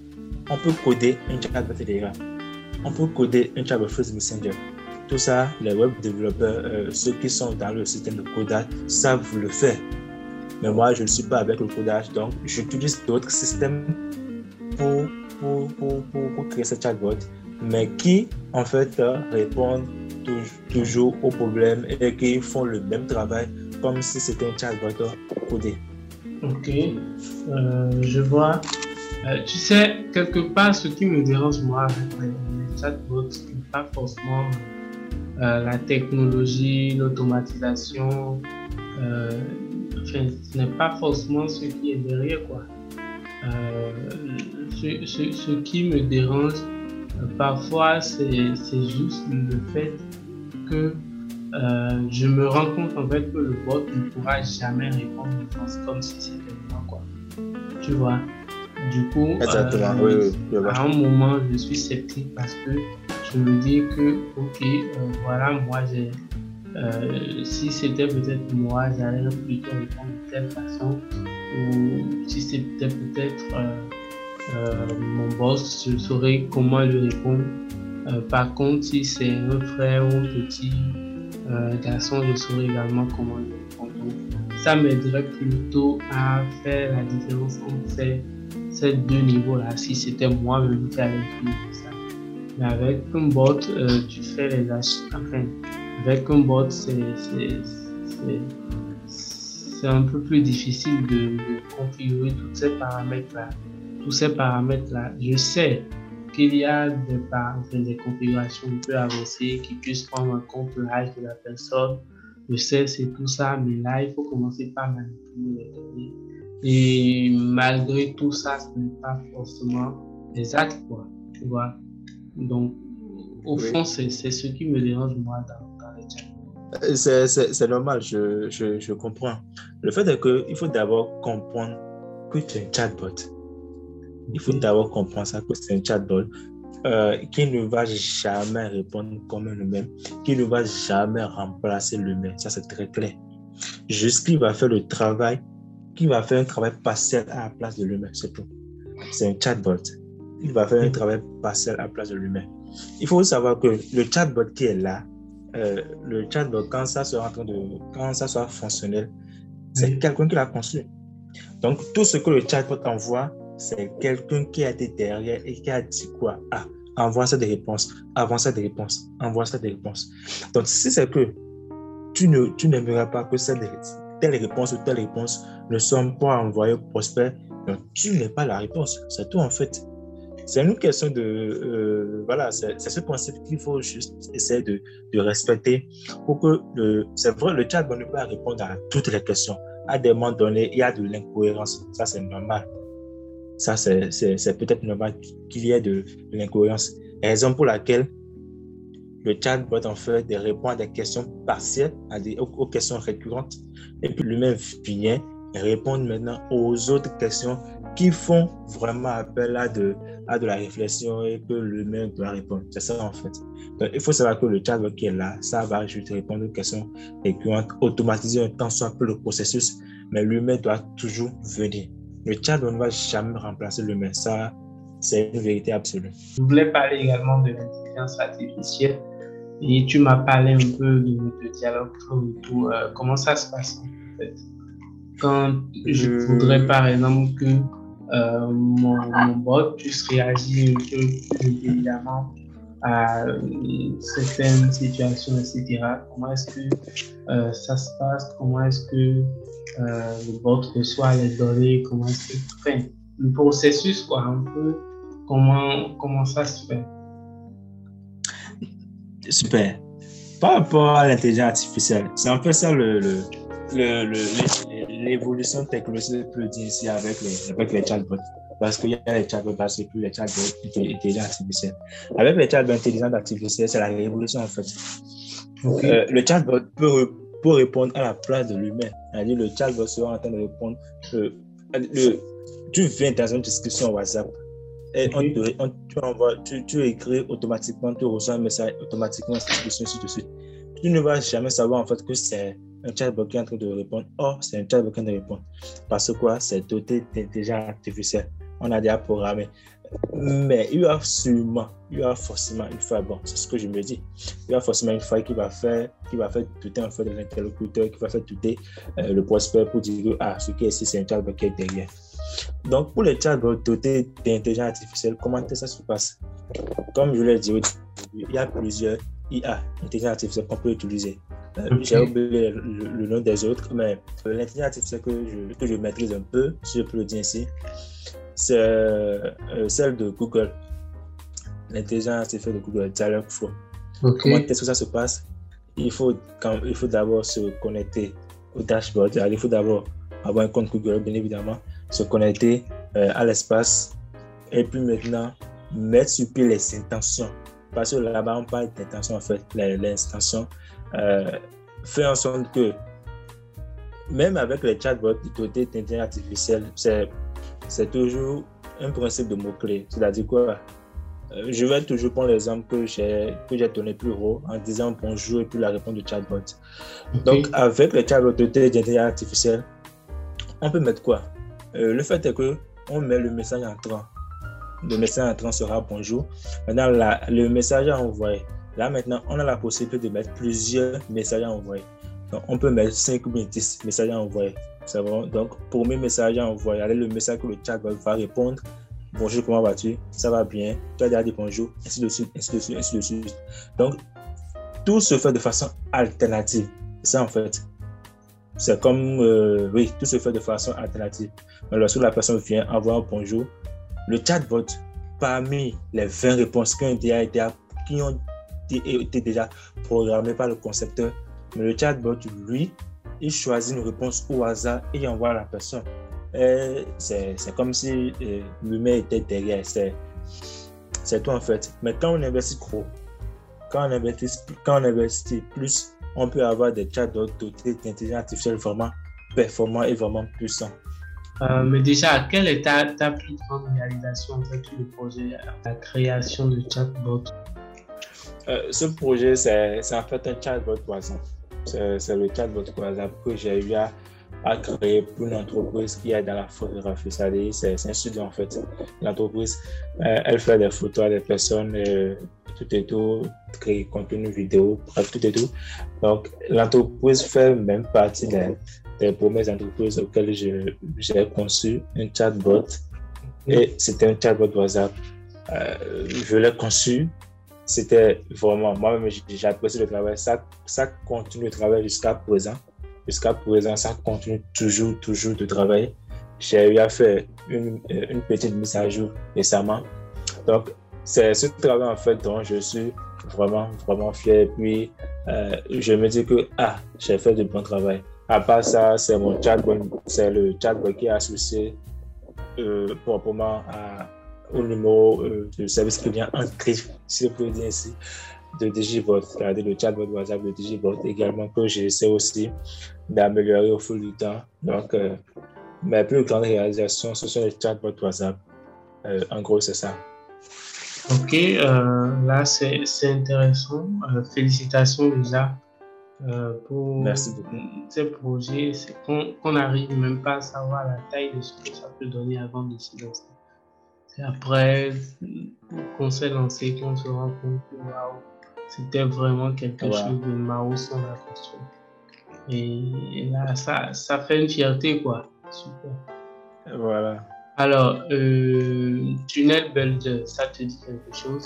On peut coder un chat de Telegram. On peut coder un chat de Facebook Messenger. Tout ça, les web développeurs, euh, ceux qui sont dans le système de codage, savent le faire. Mais moi, je ne suis pas avec le codage, donc j'utilise d'autres systèmes pour, pour, pour, pour, pour créer ce chatbot, mais qui, en fait, euh, répondent toujours aux problèmes et qui font le même travail comme si c'était un chatbot codé. Ok, euh, je vois. Euh, tu sais, quelque part, ce qui me dérange moi avec les, les chatbots, ce n'est pas forcément euh, la technologie, l'automatisation. Euh, enfin, ce n'est pas forcément ce qui est derrière, quoi. Euh, ce, ce, ce qui me dérange euh, parfois, c'est, c'est juste le fait que euh, je me rends compte en fait que le bot ne pourra jamais répondre comme si c'était moi, quoi. Tu vois. Du coup, Exactement, euh, oui, oui, oui. à un moment, je suis sceptique parce que je me dis que, ok, euh, voilà, moi, j'ai, euh, si c'était peut-être moi, j'allais plutôt répondre de telle façon, ou si c'était peut-être euh, euh, mon boss, je saurais comment lui répondre. Euh, par contre, si c'est un frère ou un petit euh, garçon, je saurais également comment lui répondre. Donc, ça m'aiderait plutôt à faire la différence entre ces, ces deux niveaux-là, si c'était moi-même qui allais faire ça. Mais avec un bot, euh, tu fais les achats. Enfin, avec un bot, c'est, c'est, c'est, c'est un peu plus difficile de, de configurer tous ces paramètres-là. Tous ces paramètres-là, je sais qu'il y a des, enfin, des configurations un peu avancées qui puissent prendre en compte l'âge de la personne. Je sais, c'est tout ça, mais là, il faut commencer par manipuler les données. Et malgré tout ça, ce n'est pas forcément exact, quoi, tu vois. Donc, au Oui. fond, c'est, c'est ce qui me dérange, moi, dans, dans les chats. C'est, c'est, c'est normal, je, je, je comprends. Le fait est qu'il faut d'abord comprendre que tu es un chatbot. Il faut d'abord comprendre ça, que c'est un chatbot euh, qui ne va jamais répondre comme un humain, qui ne va jamais remplacer l'humain. Ça, c'est très clair. Juste qu'il va faire le travail, qui va faire un travail partiel à la place de l'humain, c'est tout. C'est un chatbot. Il va faire un travail partiel à la place de l'humain. Il faut savoir que le chatbot qui est là, euh, le chatbot, quand ça sera en train de, quand ça sera fonctionnel, c'est oui. quelqu'un qui l'a conçu. Donc, tout ce que le chatbot envoie, c'est quelqu'un qui a été derrière et qui a dit quoi? Ah, envoie ça des réponses, envoie ça des réponses, envoie ça des réponses. Donc, si c'est que tu, ne, tu n'aimerais pas que cette, telle réponse ou telle réponse ne soit pas envoyée au prospect, donc tu n'es pas la réponse. C'est tout en fait. C'est une question de... Euh, voilà, c'est, c'est ce principe qu'il faut juste essayer de, de respecter pour que... Le, c'est vrai, le chatbot ne peut pas répondre à toutes les questions. À des moments donnés, il y a de l'incohérence. Ça, c'est normal. Ça, c'est, c'est, c'est peut-être normal qu'il y ait de, de l'incohérence. Raison pour laquelle le chatbot, en fait, de répondre à des questions partielles, à des, aux, aux questions récurrentes, et puis lui-même vient répondre maintenant aux autres questions qui font vraiment appel à de, à de la réflexion et que l'humain doit répondre. C'est ça, en fait. Donc, il faut savoir que le chatbot qui est là, ça va juste répondre aux questions récurrentes, automatiser un temps soit peu le processus, mais l'humain doit toujours venir. Le chatbot ne va jamais remplacer l'humain. Ça, c'est une vérité absolue. Je voulais parler également de l'intelligence artificielle et tu m'as parlé un peu de, de dialogue et tout. Euh, comment ça se passe en fait? Quand je euh... voudrais par exemple que euh, mon, mon bot puisse réagir un peu plus intelligemment à certaines situations, et cetera. Comment est-ce que euh, ça se passe? Comment est-ce que euh, le bot reçoit les données? Comment est-ce que, enfin, le processus, quoi, un peu, comment, comment ça se fait? Super. Par rapport à l'intelligence artificielle, c'est un peu ça le, le, le, le, l'évolution technologique peut dire ici avec les, avec les chatbots. Parce qu'il y a les chatbots, parce que plus les chatbots intelligence artificielle. Avec les chatbots intelligence artificielle, c'est la révolution en fait. Okay. Euh, le chatbot peut, peut répondre à la place de l'humain. C'est-à-dire le chatbot sera en train de répondre. Euh, le, tu viens dans une discussion WhatsApp et okay. on te, on, tu, envoies, tu, tu écris automatiquement, tu reçois un message automatiquement, ainsi de suite. Tu ne vas jamais savoir en fait que c'est un chatbot qui est en train de répondre. Or, c'est un chatbot qui est en train de répondre. Parce que quoi? C'est doté d'intelligence artificielle. On a déjà programmé. Mais il y a sûrement, il y a forcément une faille. Bon, c'est ce que je me dis. Il y a forcément une faille qui va faire, qui va faire douter en fait de l'interlocuteur, qui va faire douter euh, le prospect pour dire que ah, ce qui est ici, c'est un chatbot qui est derrière. Donc, pour les chatbots dotés d'intelligence artificielle, comment ça se passe? Comme je l'ai dit au début, il y a plusieurs I A, intelligence artificielle, qu'on peut utiliser. Euh, okay. J'ai oublié le, le, le nom des autres, mais l'intelligence artificielle que je, que je maîtrise un peu, si je peux le dire ici, c'est euh, celle de Google. L'intelligence artificielle de Google, Dialogflow. Okay. Comment est-ce que ça se passe? Il faut, quand, il faut d'abord se connecter au dashboard. Il faut d'abord avoir un compte Google, bien évidemment, se connecter euh, à l'espace et puis maintenant mettre sur pied les intentions. Parce que là-bas, on parle d'intention en fait. L'intention euh, fait en sorte que même avec les chatbots dotés d'intelligence artificielle, c'est, c'est toujours un principe de mots-clés. C'est-à-dire quoi? Euh, je vais toujours prendre l'exemple que j'ai, que j'ai donné plus haut en disant bonjour et puis la réponse du chatbot. Okay. Donc, avec le chatbot d'intelligence artificielle, on peut mettre quoi? euh, Le fait est qu'on met le message entrant. Le message entrant sera bonjour. Maintenant, la, le message à envoyer. Là, maintenant, on a la possibilité de mettre plusieurs messages à envoyer. Donc, on peut mettre cinq ou dix messages à envoyer. C'est bon. Donc, premier message à envoyer, avec le message que le chatbot va répondre. Bonjour, comment vas-tu? Ça va bien? Tu as déjà dit bonjour, ainsi de suite, ainsi de suite, ainsi de suite. Donc, tout se fait de façon alternative. C'est ça, en fait. C'est comme, euh, oui, tout se fait de façon alternative. Mais lorsque la personne vient envoyer un bonjour, le chatbot, parmi les vingt réponses qui ont déjà été, qui ont été déjà programmées par le concepteur, mais le chatbot, lui, il choisit une réponse au hasard et il envoie à la personne. Et c'est, c'est comme si euh, l'humain était derrière. C'est, c'est tout en fait. Mais quand on investit gros, quand on investit, quand on investit plus, on peut avoir des chatbots dotés d'intelligence artificielle vraiment performants et vraiment puissants. Euh, mais déjà, quelle est ta, ta plus grande réalisation en fait du projet, la création de chatbot? Euh, ce projet, c'est, c'est en fait un chatbot WhatsApp. C'est, c'est le chatbot WhatsApp que j'ai eu à, à créer pour une entreprise qui est dans la photographie. C'est-à-dire, c'est, c'est un studio en fait. L'entreprise, euh, elle fait des photos à des personnes, euh, tout et tout, créer contenu vidéo, bref, tout et tout. Donc, l'entreprise fait même partie des, des premières entreprises auxquelles je, j'ai conçu un chatbot. Et c'était un chatbot WhatsApp. Euh, je l'ai conçu. C'était vraiment, moi-même, j'ai apprécié le travail. Ça, ça continue de travailler jusqu'à présent. Jusqu'à présent, ça continue toujours, toujours de travailler. J'ai eu à faire une, une petite mise à jour récemment. Donc, c'est ce travail, en fait, dont je suis vraiment, vraiment fier. Et puis, euh, je me dis que, ah, j'ai fait du bon travail. À part ça, c'est mon chatbot, c'est le chatbot qui est associé euh, proprement à au numéro euh, de service client entré, si je peux dire ainsi, de Digibot, c'est-à-dire le chatbot WhatsApp de Digibot également, que j'essaie aussi d'améliorer au fil du temps. Donc, euh, mes plus grandes réalisations, ce sont les chatbots WhatsApp. Euh, en gros, c'est ça. Ok, euh, là, c'est, c'est intéressant. Euh, félicitations déjà euh, pour ces projets. C'est qu'on, qu'on n'arrive même pas à savoir la taille de ce que ça peut donner avant de se lancer. Et après, qu'on s'est lancé, qu'on se rend compte que waouh, c'était vraiment quelque wow. chose de marrant sur la construction. Et, et là, ça, ça fait une fierté, quoi. Super. Voilà. Alors, euh, Tunnel Builder, ça te dit quelque chose?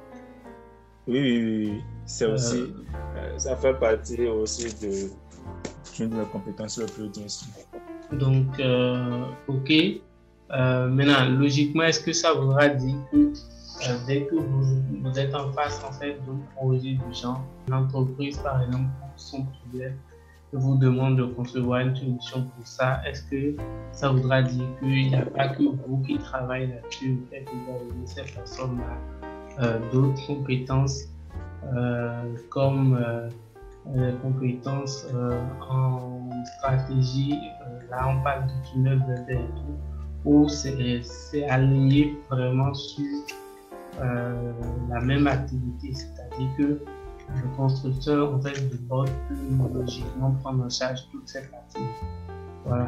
Oui, oui, oui. C'est euh, aussi, euh, ça fait partie aussi de d'une de mes compétences le plus bien sûr. Donc, euh, ok. Euh, maintenant, logiquement, est-ce que ça voudra dire que euh, dès que vous, vous êtes en face en fait d'un projet du genre, l'entreprise par exemple pour son problème vous demande de concevoir une solution pour ça, est-ce que ça voudra dire qu'il n'y a pas que vous qui travaillez là-dessus, vous faites évaluer cette personne-là euh, d'autres compétences euh, comme euh, les compétences euh, en stratégie, euh, là on parle de tunnel builder et tout, où c'est, c'est aligné vraiment sur euh, la même activité, c'est-à-dire que le constructeur en fait de bord peut logiquement prendre en charge toute cette partie. Voilà.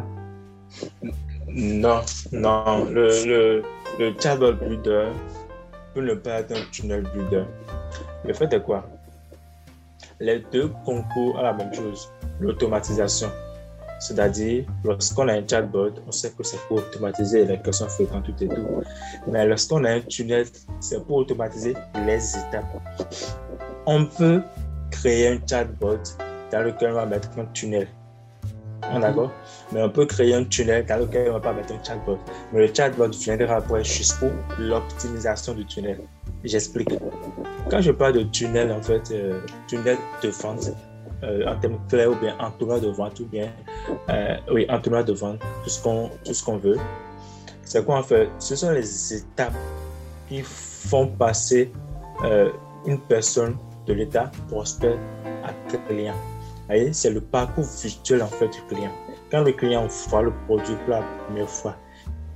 Non, non, le, le, le chatbot builder peut ne pas être un tunnel builder. Le fait est quoi? Les deux concourent à la même chose, l'automatisation. C'est-à-dire, lorsqu'on a un chatbot, on sait que c'est pour automatiser les questions fréquentes, tout et tout. Mais lorsqu'on a un tunnel, c'est pour automatiser les étapes. On peut créer un chatbot dans lequel on va mettre un tunnel. On est d'accord? Mais on peut créer un tunnel dans lequel on ne va pas mettre un chatbot. Mais le chatbot viendra après juste pour l'optimisation du tunnel. J'explique. Quand je parle de tunnel, en fait, euh, tunnel de vente, Euh, en termes clairs ou bien entonnoir de vente ou bien euh, oui, entonnoir de vente, tout ce qu'on, tout ce qu'on veut. C'est quoi en fait? Ce sont les étapes qui font passer euh, une personne de l'état prospect à client. Voyez, c'est le parcours virtuel en fait du client. Quand le client voit le produit pour la première fois,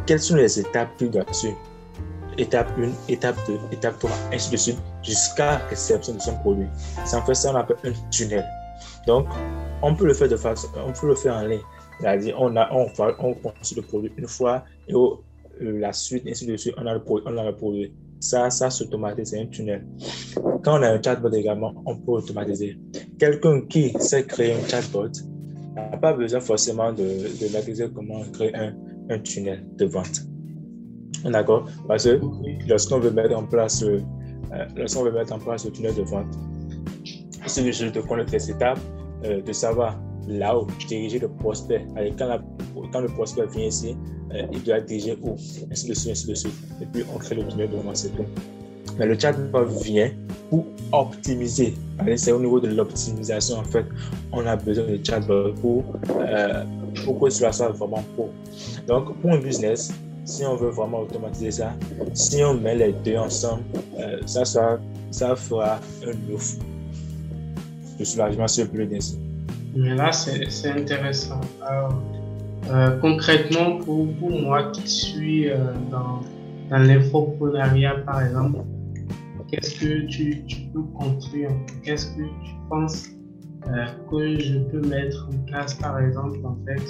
quelles sont les étapes qu'il doit suivre. Étape un, étape deux, étape trois, ainsi de suite, jusqu'à réception de son produit. C'est en fait ça qu'on appelle un tunnel. Donc, on peut le faire de façon, on peut le faire en ligne. C'est-à-dire, on a, on va, on construit le produit une fois et au, la suite, ainsi de suite, on a le produit, on a le produit. Ça, ça s'automatise, c'est un tunnel. Quand on a un chatbot également, on peut automatiser. Quelqu'un qui sait créer un chatbot n'a pas besoin forcément de, de maîtriser comment créer un, un tunnel de vente. D'accord? Parce que lorsqu'on veut mettre en place le, euh, lorsqu'on veut mettre en place le tunnel de vente, c'est juste de connaître les étapes, euh, de savoir là où diriger le prospect. Alors, quand, la, quand le prospect vient ici, euh, il doit diriger où, ainsi de suite, ainsi de suite. Et puis on crée le tunnel de vente, c'est tout. Mais le chatbot vient pour optimiser. Allez, c'est au niveau de l'optimisation, en fait, on a besoin de chatbot pour, euh, pour que cela soit vraiment pro. Donc, pour un business, si on veut vraiment automatiser ça, si on met les deux ensemble, euh, ça, soit, ça fera un offre de soulagement sur le plus d'instant. Mais là, c'est intéressant. Alors, euh, concrètement, pour, pour moi qui suis euh, dans, dans l'infoprenariat, par exemple, qu'est-ce que tu, tu peux construire? Qu'est-ce que tu penses euh, que je peux mettre en place, par exemple, en fait,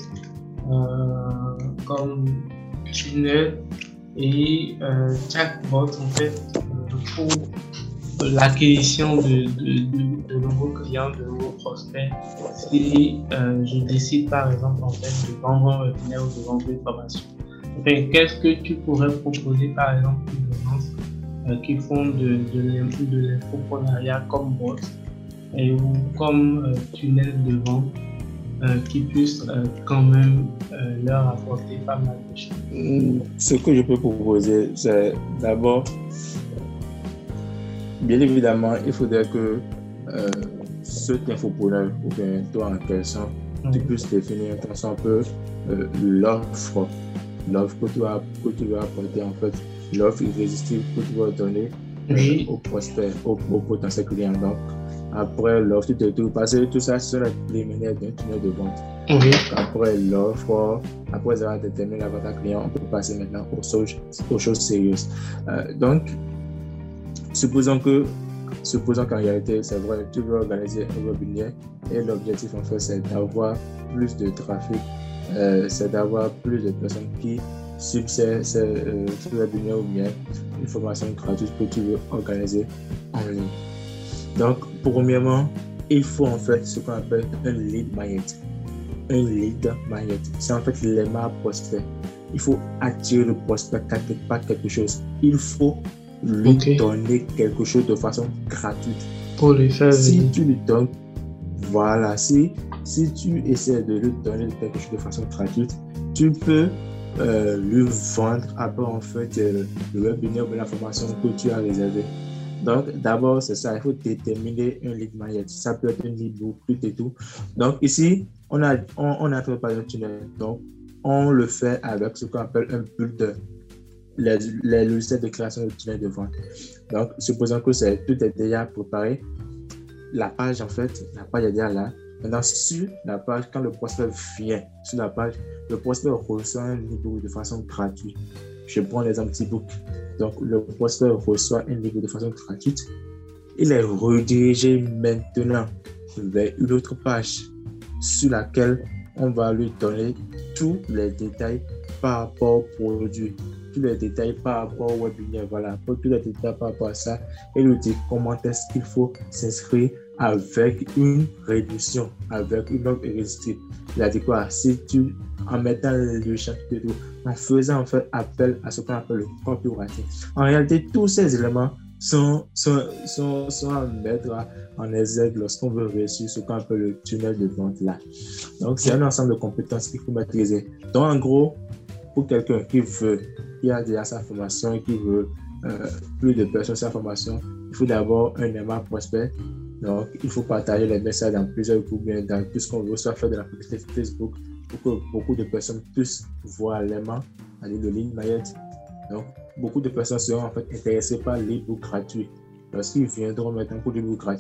euh, comme tunnel et euh, chatbot, en fait, euh, pour l'acquisition de, de, de, de nouveaux clients, de nouveaux prospects. Si euh, je décide, par exemple, en fait, de vendre un webinaire ou de vendre une formation. Enfin, qu'est-ce que tu pourrais proposer, par exemple, aux gens euh, qui font de, de, de l'infoprenariat comme bot et ou comme euh, tunnel de vente euh, qui puissent euh, quand même euh, leur apporter pas mal de choses? Ce que je peux proposer, c'est d'abord, bien évidemment, il faudrait que euh, cet infopreneur ou bien toi en quelque sorte, mmh. tu puisses définir un peu euh, l'offre, l'offre que tu vas que tu vas apporter en fait, l'offre irrésistible que tu vas donner oui. euh, au prospect, au, au potentiel client. Donc, après l'offre, tu te trouves passer tout ça sur la préliminaire d'un tunnel de vente. Oui. Après l'offre, après avoir déterminé la vente à client, on peut passer maintenant aux choses, aux choses sérieuses. Euh, donc, supposons que, supposons qu'en réalité, c'est vrai, tu veux organiser un webinaire et l'objectif en fait, c'est d'avoir plus de trafic, euh, c'est d'avoir plus de personnes qui suivent ces, ces, euh, ces webinaires ou bien une formation gratuite que tu veux organiser en ligne. Donc, premièrement, il faut en fait ce qu'on appelle un lead magnet. Un lead magnet, c'est en fait l'aimant prospect. Il faut attirer le prospect par quelque chose. Il faut lui okay. donner quelque chose de façon gratuite. Pour lui faire si venir. tu lui donnes, voilà, si, si tu essaies de lui donner quelque chose de façon gratuite, tu peux euh, lui vendre après en fait euh, le webinaire ou la formation que tu as réservé. Donc, d'abord, c'est ça, il faut déterminer un lead magnet. Ça peut être un e-book, tout et tout. Donc, ici, on a, on, on a trouvé par exemple tunnel. Donc, on le fait avec ce qu'on appelle un builder. Les, les logiciels de création de tunnel de vente. Donc, supposons que c'est, tout est déjà préparé. La page, en fait, la page est déjà là. Maintenant, sur la page, quand le prospect vient sur la page, le prospect reçoit un e-book de façon gratuite. Je prends l'exemple e-book. Donc, le prospect reçoit un e-book de façon gratuite. Il est redirigé maintenant vers une autre page sur laquelle on va lui donner tous les détails par rapport au produit. Tous les détails par rapport au webinaire, voilà, tous les détails par rapport à ça, et lui dire comment est-ce qu'il faut s'inscrire avec une réduction, avec une offre irrésistible. Il a dit quoi? Si tu, en mettant le champ de tout, en faisant en fait appel à ce qu'on appelle le copywriting. En réalité, tous ces éléments sont, sont, sont, sont à mettre en exergue lorsqu'on veut réussir ce qu'on appelle le tunnel de vente là. Donc, c'est un ensemble de compétences qu'il faut maîtriser. Donc, en gros, pour quelqu'un qui veut, qui a déjà sa formation et qui veut euh, plus de personnes sa formation, il faut d'abord un aimant prospect. Donc, il faut partager les messages dans plusieurs groupes, bien dans tout ce qu'on veut, soit faire de la publicité Facebook pour que beaucoup de personnes puissent voir l'aimant, aller le lead magnet. Donc, beaucoup de personnes seront en fait intéressées par l'e-book gratuit. Lorsqu'ils viendront maintenant pour l'e-book gratuit,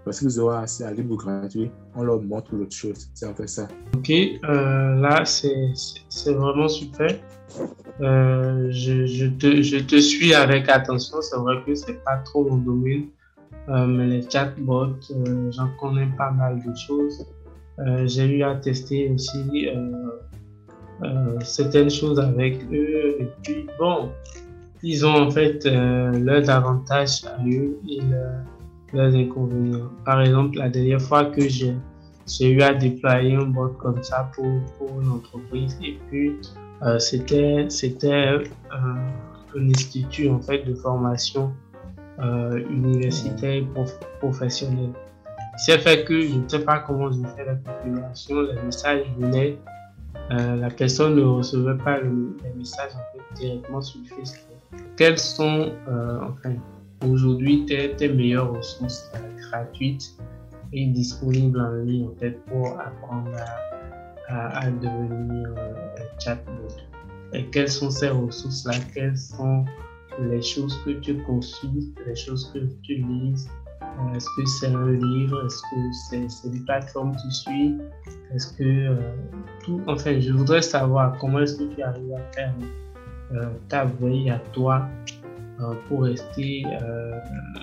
parce qu'ils auront accès à libre gratuit, on leur montre l'autre chose. C'est un peu ça. Ok, euh, là, c'est, c'est, c'est vraiment super. Euh, je, je, te, je te suis avec attention. C'est vrai que c'est pas trop mon domaine, euh, mais les chatbots, euh, j'en connais pas mal de choses. Euh, j'ai eu à tester aussi euh, euh, certaines choses avec eux. Et puis, bon, ils ont en fait euh, leurs avantages à eux et leurs, leurs inconvénients. Par exemple, la dernière fois que j'ai, j'ai eu à déployer un bot comme ça pour, pour une entreprise, et puis euh, c'était, c'était euh, un institut en fait de formation euh, universitaire et prof, professionnelle. C'est fait que je ne sais pas comment j'ai fait la configuration, les messages venaient, euh, la personne ne recevait pas le, les messages en fait directement sur Facebook. Quelles sont euh, enfin, aujourd'hui tes, tes meilleures ressources euh, gratuites et disponibles en ligne en fait, pour apprendre à, à, à devenir euh, un chatbot? Et quelles sont ces ressources-là? Quelles sont les choses que tu consultes, les choses que tu lises? Est-ce que c'est un livre? Est-ce que c'est, c'est des plateformes que tu suis? Est-ce que euh, tout... Enfin, je voudrais savoir comment est-ce que tu arrives à faire euh, ta veille à toi euh, pour rester euh,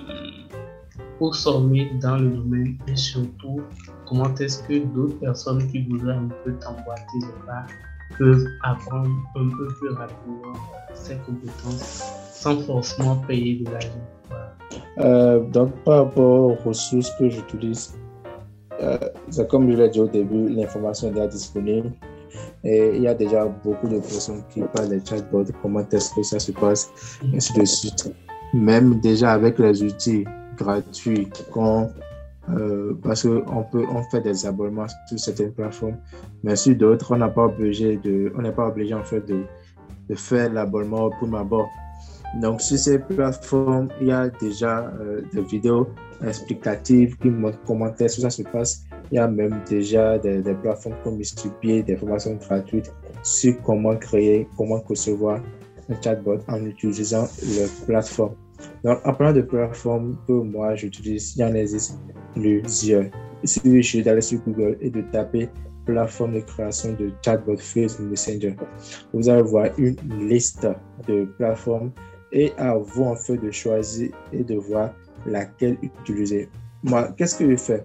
au sommet dans le domaine, et surtout, comment est-ce que d'autres personnes qui voudraient un peu t'emboîter le pas peuvent apprendre un peu plus rapidement ces compétences sans forcément payer de l'argent. Voilà. Euh, donc, par rapport aux ressources que j'utilise, euh, c'est comme je l'ai dit au début, l'information est déjà disponible et il y a déjà beaucoup de personnes qui parlent des chatbots, comment est-ce que ça se passe, et ainsi de suite. Même déjà avec les outils gratuits, qu'on, euh, parce qu'on peut, on fait des abonnements sur certaines plateformes, mais sur d'autres, on n'a pas obligé de, on n'est pas obligé en fait de, de faire l'abonnement au premier abord. Donc, sur ces plateformes, il y a déjà euh, des vidéos explicatives qui montrent comment est-ce que ça se passe. Il y a même déjà des, des plateformes comme Mistupier, des formations gratuites sur comment créer, comment concevoir un chatbot en utilisant leur plateforme. Donc, en parlant de plateformes que moi j'utilise, il y en existe plusieurs. Il suffit juste d'aller sur Google et de taper plateforme de création de chatbot Facebook Messenger. Vous allez voir une liste de plateformes et à vous en fait de choisir et de voir laquelle utiliser. Moi, qu'est-ce que je fais?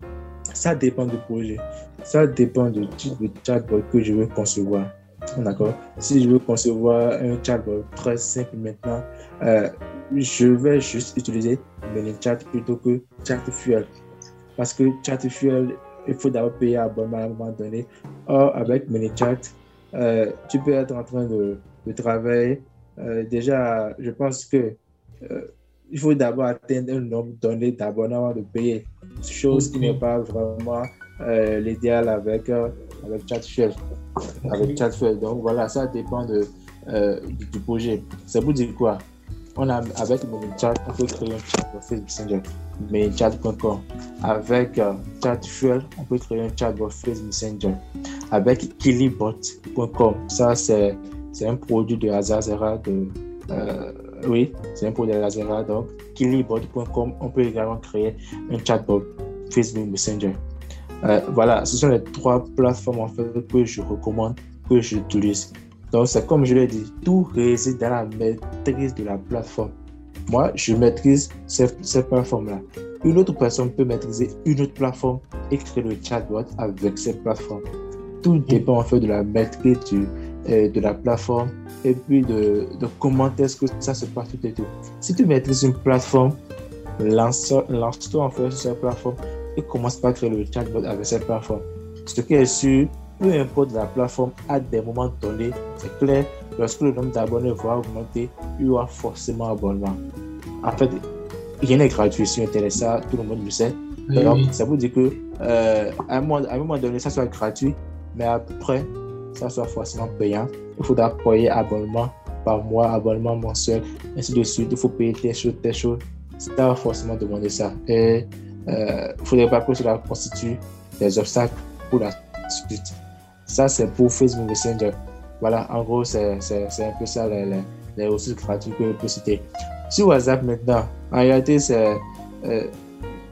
Ça dépend du projet. Ça dépend du type de chatbot que je veux concevoir. D'accord? Si je veux concevoir un chatbot très simple maintenant, euh, je vais juste utiliser ManyChat plutôt que Chatfuel. Parce que Chatfuel, il faut d'abord payer un abonnement à un moment donné. Or, avec ManyChat, euh, tu peux être en train de, de travailler. Euh, déjà, je pense que euh, il faut d'abord atteindre un nombre donné d'abonnés avant de payer. Chose qui n'est pas vraiment euh, l'idéal avec, euh, avec Chatfuel. Avec Chatfuel. Donc voilà, ça dépend de, euh, du, du projet. Ça vous dit quoi? On a, avec ManyChat, on peut créer un chat pour Facebook Messenger, ManyChat point com. Avec euh, Chatfuel, on peut créer un chat pour Facebook Messenger. Avec Kilibot point com, ça c'est, c'est un produit de Azazera. De, euh, oui, c'est un produit de Azazera. Donc, Kilibot point com, on peut également créer un chatbot Facebook Messenger. Euh, voilà, ce sont les trois plateformes en fait que je recommande, que j'utilise. Donc, c'est comme je l'ai dit, tout réside dans la maîtrise de la plateforme. Moi, je maîtrise ces, ces plateformes-là. Une autre personne peut maîtriser une autre plateforme et créer le chatbot avec cette plateforme. Tout dépend en fait de la maîtrise du, euh, de la plateforme et puis de, de comment est-ce que ça se passe tout et tout. Si tu maîtrises une plateforme, lance-toi lance en fait sur cette plateforme et commence par créer le chatbot avec cette plateforme. Ce qui est sûr, peu importe la plateforme, à des moments donnés, c'est clair, lorsque le nombre d'abonnés va augmenter, il y aura forcément abonnement. En fait, rien n'est gratuit sur Internet, ça, tout le monde le sait. Oui, donc, oui. Ça veut dire que euh, à, un moment, à un moment donné, ça soit gratuit, mais après, ça soit forcément payant. Il faudra payer abonnement par mois, abonnement mensuel, ainsi de suite. Il faut payer telle chose, telle chose. Ça va forcément demander ça. Et il euh, ne faudrait pas que cela constitue des obstacles pour la suite. Ça, c'est pour Facebook Messenger. Voilà, en gros, c'est, c'est, c'est un peu ça les, les, les ressources gratuites que je peux citer. Sur WhatsApp maintenant, en réalité, c'est, euh,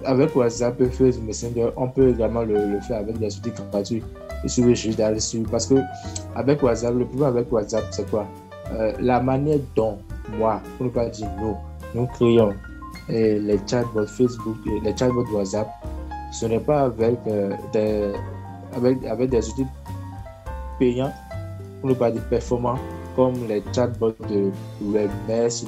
avec WhatsApp et Facebook Messenger, on peut également le, le faire avec des outils gratuits. Il suffit juste d'aller sur. Parce que avec WhatsApp, le problème avec WhatsApp, c'est quoi? euh, La manière dont moi, pour ne pas dire nous, nous créons et les chatbots Facebook et les chatbots WhatsApp, ce n'est pas avec, euh, des, avec, avec des outils payants, pour ne pas dire performants, comme les chatbots de Webnest,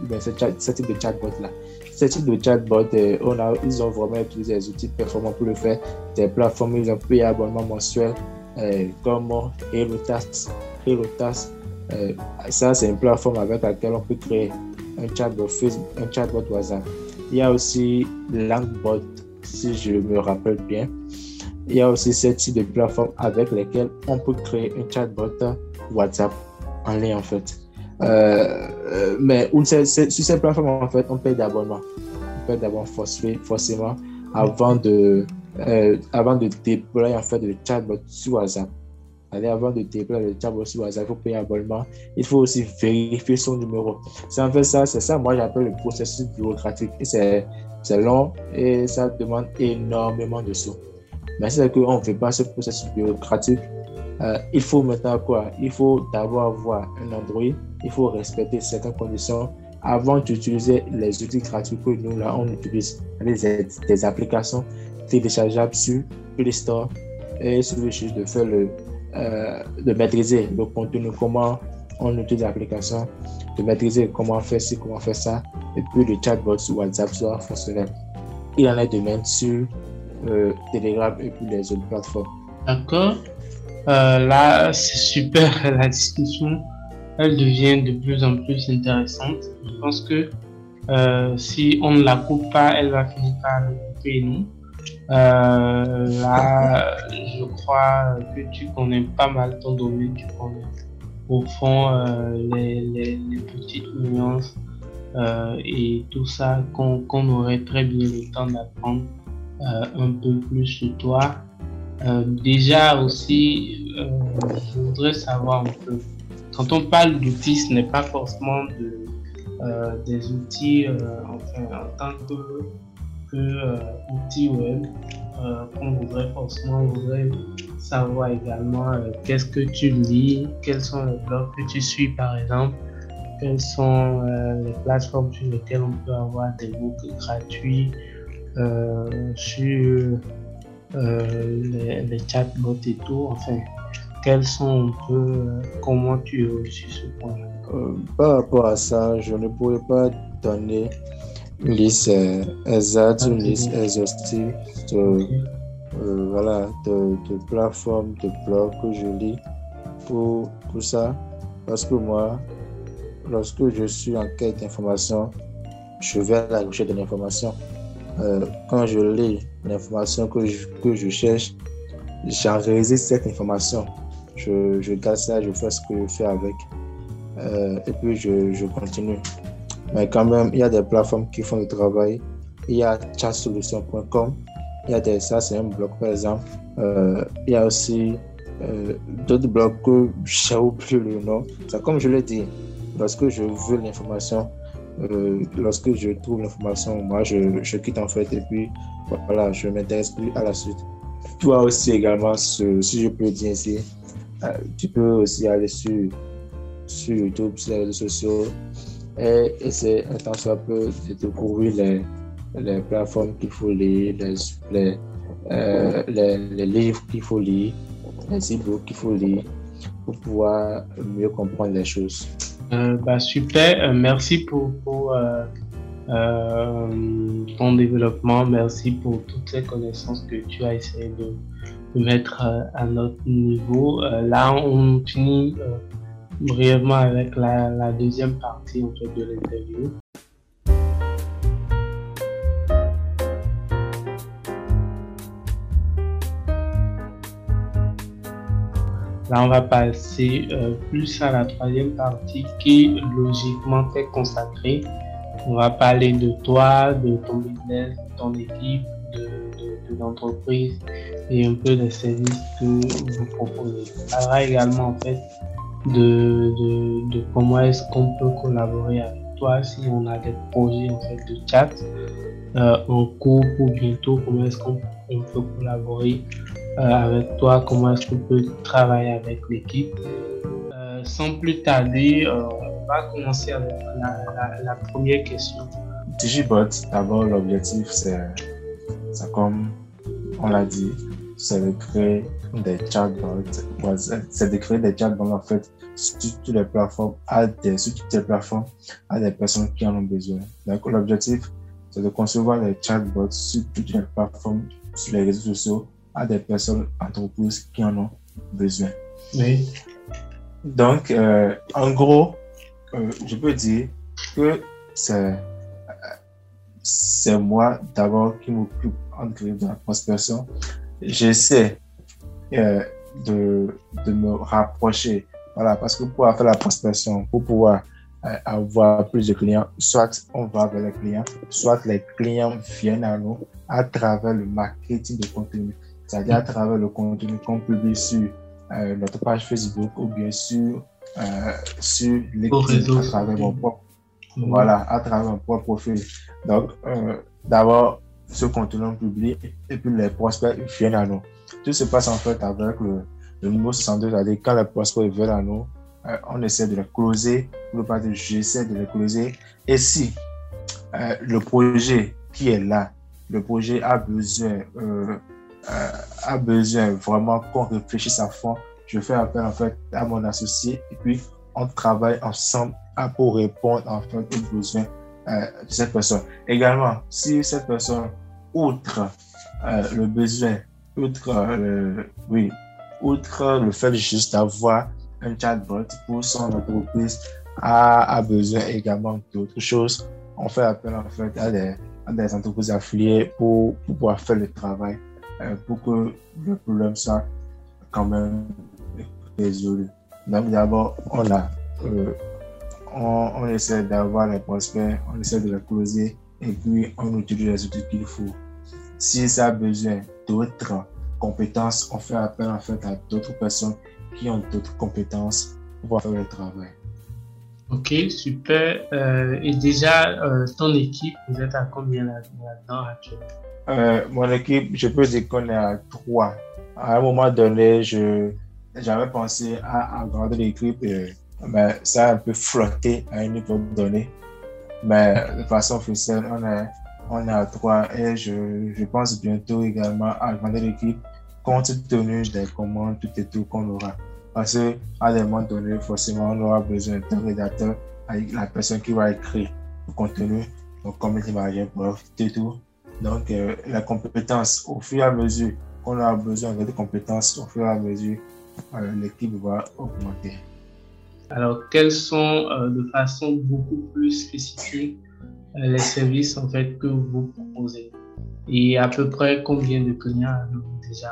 ce type de chatbots-là. Ce type de chatbots, euh, on a, ils ont vraiment utilisé des outils performants pour le faire. Des plateformes, ils ont payé un abonnement mensuel euh, comme HelloTask. HelloTask, euh, ça, c'est une plateforme avec laquelle on peut créer un chatbot Facebook, un chatbot WhatsApp. Il y a aussi Langbot, si je me rappelle bien. Il y a aussi ce type de plateforme avec lesquelles on peut créer un chatbot WhatsApp en ligne, en fait. Euh, euh, mais où c'est, c'est, sur ces plateformes, en fait, on paye d'abonnement. On paye d'abonnement forcément avant de, euh, avant de déployer en fait, le chatbot sur WhatsApp. Allez, avant de déployer le chatbot sur WhatsApp, il faut payer un abonnement. Il faut aussi vérifier son numéro. C'est en fait ça, c'est ça, moi j'appelle le processus bureaucratique. Et c'est, c'est long et ça demande énormément de sous. Mais c'est qu'on ne fait pas ce processus bureaucratique. Euh, il faut maintenant quoi? Il faut d'abord avoir un Android, il faut respecter certaines conditions avant d'utiliser les outils gratuits que nous là on utilise, des, des applications téléchargeables sur Play Store et sur le juste de faire le, euh, de maîtriser le contenu, comment on utilise l'application, de maîtriser comment faire ci, comment faire ça, et puis le chatbot sur WhatsApp soit fonctionnel. Il en est de même sur euh, Telegram et puis les autres plateformes. D'accord. Euh, là, c'est super, la discussion, elle devient de plus en plus intéressante. Je pense que euh, si on ne la coupe pas, elle va finir par nous couper nous. Euh, là, je crois que tu connais pas mal ton domaine, tu connais au fond euh, les, les, les petites nuances euh, et tout ça qu'on, qu'on aurait très bien le temps d'apprendre euh, un peu plus sur toi. Euh, déjà aussi, euh, je voudrais savoir un peu, quand on parle d'outils, ce n'est pas forcément de, euh, des outils euh, enfin, en tant que, que euh, outils web euh, qu'on voudrait forcément, on voudrait savoir également euh, qu'est-ce que tu lis, quels sont les blogs que tu suis par exemple, quelles sont euh, les plateformes sur lesquelles on peut avoir des books gratuits euh, sur Euh, les, les chatbots et tout, enfin, quels sont un peu, euh, comment tu es sur ce point? Euh, par rapport à ça, je ne pourrais pas donner une liste euh, exacte, une liste exhaustive de, okay. euh, voilà, de, de plateformes, de blogs que je lis pour tout ça, parce que moi, lorsque je suis en quête d'information, je vais à la recherche de l'information. Euh, quand je lis l'information que je, que je cherche, j'enregistre cette information. Je, je garde ça, je fais ce que je fais avec. Euh, et puis je, je continue. Mais quand même, il y a des plateformes qui font le travail. Il y a chat solution point com. Il y a des, ça, c'est un blog par exemple. Euh, il y a aussi euh, d'autres blogs que j'ai oublié le nom. C'est comme je l'ai dit, lorsque je veux l'information, Euh, lorsque je trouve l'information, moi je, je quitte en fait et puis voilà, je m'intéresse plus à la suite. Toi aussi également, ce, si je peux dire ainsi, euh, tu peux aussi aller sur, sur YouTube, sur les réseaux sociaux et essayer un temps soit peu de découvrir les, les plateformes qu'il faut lire, les, les, euh, les, les livres qu'il faut lire, les e-books qu'il faut lire pour pouvoir mieux comprendre les choses. Euh, bah super, euh, merci pour, pour euh, euh, ton développement, merci pour toutes ces connaissances que tu as essayé de, de mettre euh, à notre niveau. Euh, là, on finit euh, brièvement avec la, la deuxième partie en fait, de l'interview. Là, on va passer euh, plus à la troisième partie qui, logiquement, t'est consacrée. On va parler de toi, de ton business, de ton équipe, de, de, de l'entreprise et un peu des services que vous proposez. On parlera également, en fait, de, de, de comment est-ce qu'on peut collaborer avec toi si on a des projets en fait de chat euh, en cours pour bientôt, comment est-ce qu'on on peut collaborer euh, avec toi, comment est-ce qu'on peut travailler avec l'équipe. Euh, sans plus tarder, euh, on va commencer avec la, la, la première question. DigiBot, d'abord l'objectif c'est, c'est comme on l'a dit, c'est de créer des chatbots, c'est de créer des chatbots en fait sur toutes les plateformes, à des, sur toutes les plateformes, à des personnes qui en ont besoin. Donc l'objectif c'est de concevoir des chatbots sur toutes les plateformes, sur les réseaux sociaux, à des personnes, entreprises qui en ont besoin. Oui. Donc, euh, en gros, euh, je peux dire que c'est, c'est moi d'abord qui m'occupe de la prospection. J'essaie euh, de, de me rapprocher. Voilà, parce que pour faire la prospection, pour pouvoir euh, avoir plus de clients, soit on va vers les clients, soit les clients viennent à nous à travers le marketing de contenu. C'est-à-dire à travers le contenu qu'on publie sur euh, notre page Facebook ou bien sur, euh, sur LinkedIn à travers mon propre, mmh. voilà, à travers mon propre profil. Donc, euh, d'abord, ce contenu on publie et puis les prospects viennent à nous. Tout se passe en fait avec le, le numéro soixante-deux, c'est-à-dire quand les prospects viennent à nous, euh, on essaie de les closer, pour ne pas dire j'essaie de les closer. Et si euh, le projet qui est là, le projet a besoin euh, Euh, a besoin vraiment qu'on réfléchisse à fond, je fais appel en fait à mon associé et puis on travaille ensemble pour répondre en fait aux besoins euh, de cette personne. Également, si cette personne, outre euh, le besoin, outre euh, oui, outre le fait juste d'avoir un chatbot pour son entreprise, a, a besoin également d'autres choses, on fait appel en fait à des, à des entreprises affiliées pour, pour pouvoir faire le travail. Pour que le problème soit quand même résolu. Donc d'abord, on a, euh, on, on essaie d'avoir les prospects, on essaie de les closer et puis on utilise les outils qu'il faut. Si ça a besoin d'autres compétences, on fait appel en fait à d'autres personnes qui ont d'autres compétences pour pouvoir faire le travail. Ok, super. Euh, et déjà, euh, ton équipe, vous êtes à combien là-dedans actuellement? Euh, mon équipe, je peux dire qu'on est à trois. À un moment donné, je, j'avais pensé à agrandir l'équipe, et, mais ça a un peu flotté à un niveau donné. Mais de façon officielle, on est, on est à trois et je, je pense bientôt également agrandir l'équipe compte tenu des commandes, tout et tout qu'on aura. Parce qu'à un moment donné, forcément, on aura besoin d'un rédacteur avec la personne qui va écrire le contenu, donc comme l'image, bref, tout et tout. Donc, euh, la compétence, au fur et à mesure qu'on a besoin de compétences, au fur et à mesure, euh, l'équipe va augmenter. Alors, quels sont euh, de façon beaucoup plus spécifique euh, les services en fait que vous proposez? Et à peu près combien de clients avez-vous déjà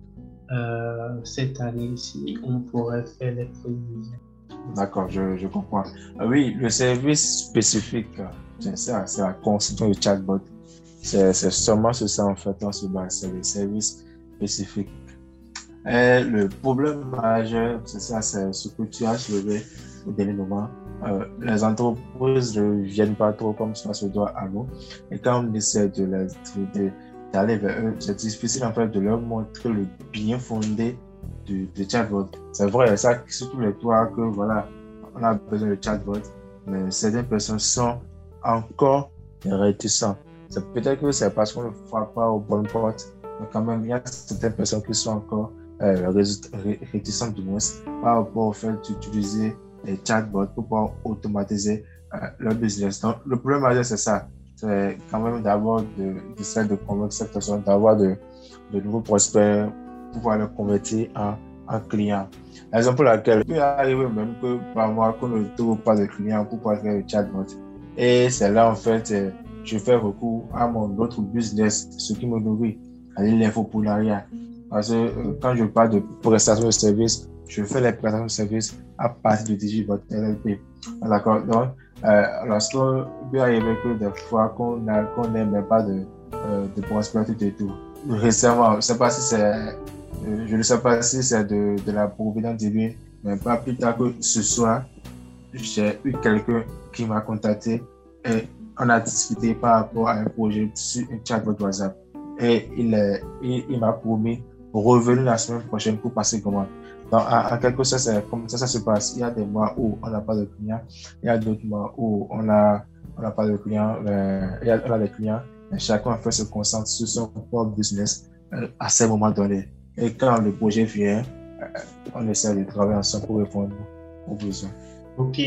euh, cette année, si on pourrait faire les prévisions? D'accord, je, je comprends. Euh, oui, le service spécifique, c'est ça, c'est la conception du chatbot. C'est, c'est seulement sur ça en fait, on se base, c'est les services spécifiques. Et le problème majeur, c'est ça, c'est ce que tu as soulevé au dernier moment. Euh, les entreprises ne viennent pas trop comme ça se doit à nous. Et quand on essaie de les, de, d'aller vers eux, c'est difficile en fait de leur montrer le bien fondé du, du chatbot. C'est vrai, ça, surtout les toi que voilà, on a besoin de chatbot, mais certaines personnes sont encore réticentes. C'est peut-être que c'est parce qu'on ne frappe pas aux bonnes portes, mais quand même, il y a certaines personnes qui sont encore euh, réticentes du moins par rapport au fait d'utiliser les chatbots pour pouvoir automatiser euh, leur business. Donc, le problème majeur, c'est ça. C'est quand même d'abord de, d'essayer de convaincre cette personne, d'avoir de, de nouveaux prospects pour pouvoir les convertir en, en clients. La raison pour laquelle il peut arriver même que par moi, qu'on ne trouve pas de clients pour pouvoir faire le chatbot. Et c'est là, en fait, euh, je fais recours à mon autre business, ce qui me nourrit, à l'infoprenariat. Parce que euh, quand je parle de prestation de service, je fais les prestations de service à partir de DigiBot L L P. D'accord? Donc, euh, lorsqu'on peut arriver que des fois qu'on n'a qu'on n'aime pas de, euh, de prospect tout et tout. Récemment, je ne sais pas si c'est, euh, je ne sais pas si c'est de, de la providence divine, mais pas plus tard que ce soir, j'ai eu quelqu'un qui m'a contacté et on a discuté par rapport à un projet sur un chatbot WhatsApp. Et il, est, il, il m'a promis revenir la semaine prochaine pour passer commande. Donc, en, en quelque sorte, c'est comme ça ça se passe. Il y a des mois où on n'a pas de clients, il y a d'autres mois où on a on n'a pas de clients, euh, il y a, on a des clients, mais chacun en fait se concentre sur son propre business euh, à ces moments donnés. Et quand le projet vient, euh, on essaie de travailler ensemble pour répondre aux besoins. Ok,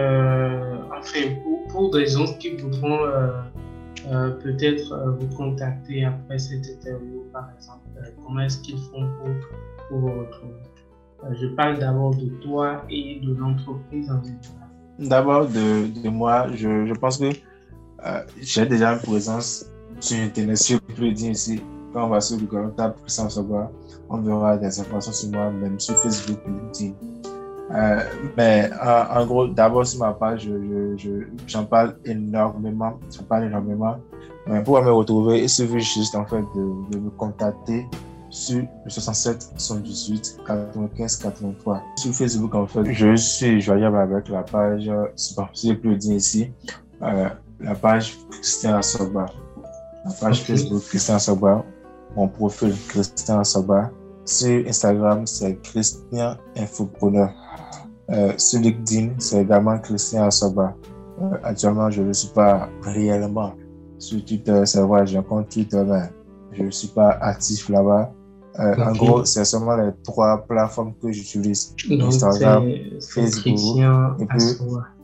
euh, enfin, pour, pour des gens qui voudront euh, euh, peut-être euh, vous contacter après cette interview, par exemple, euh, comment est-ce qu'ils font pour, pour vous retrouver? euh, Je parle d'abord de toi et de l'entreprise en général. D'abord, de, de moi, je, je pense que euh, j'ai déjà une présence sur Internet, sur LinkedIn ici. Quand on va sur Google, on tape Christian Asobua, on verra des informations sur moi, même sur Facebook et LinkedIn. Euh, mais en, en gros, d'abord sur ma page, je, je, j'en parle énormément. J'en parle énormément. Mais pour me retrouver, il suffit juste en fait de, de me contacter sur le soixante-sept soixante-dix-huit quatre-vingt-quinze quatre-vingt-trois. Sur Facebook, en fait, je suis joignable avec la page, bon, si je peux le dire ici, euh, la page Christian Asobua. La page okay. Facebook Christian Asobua. Mon profil Christian Asobua. Sur Instagram, c'est Christian Infopreneur. Euh, sur LinkedIn, c'est également Christian Asobua. Euh, actuellement, je ne suis pas réellement sur Twitter. C'est vrai, j'ai un compte Twitter, mais je ne suis pas actif là-bas. Euh, okay. En gros, c'est seulement les trois plateformes que j'utilise. Donc, Instagram, c'est, c'est Facebook et puis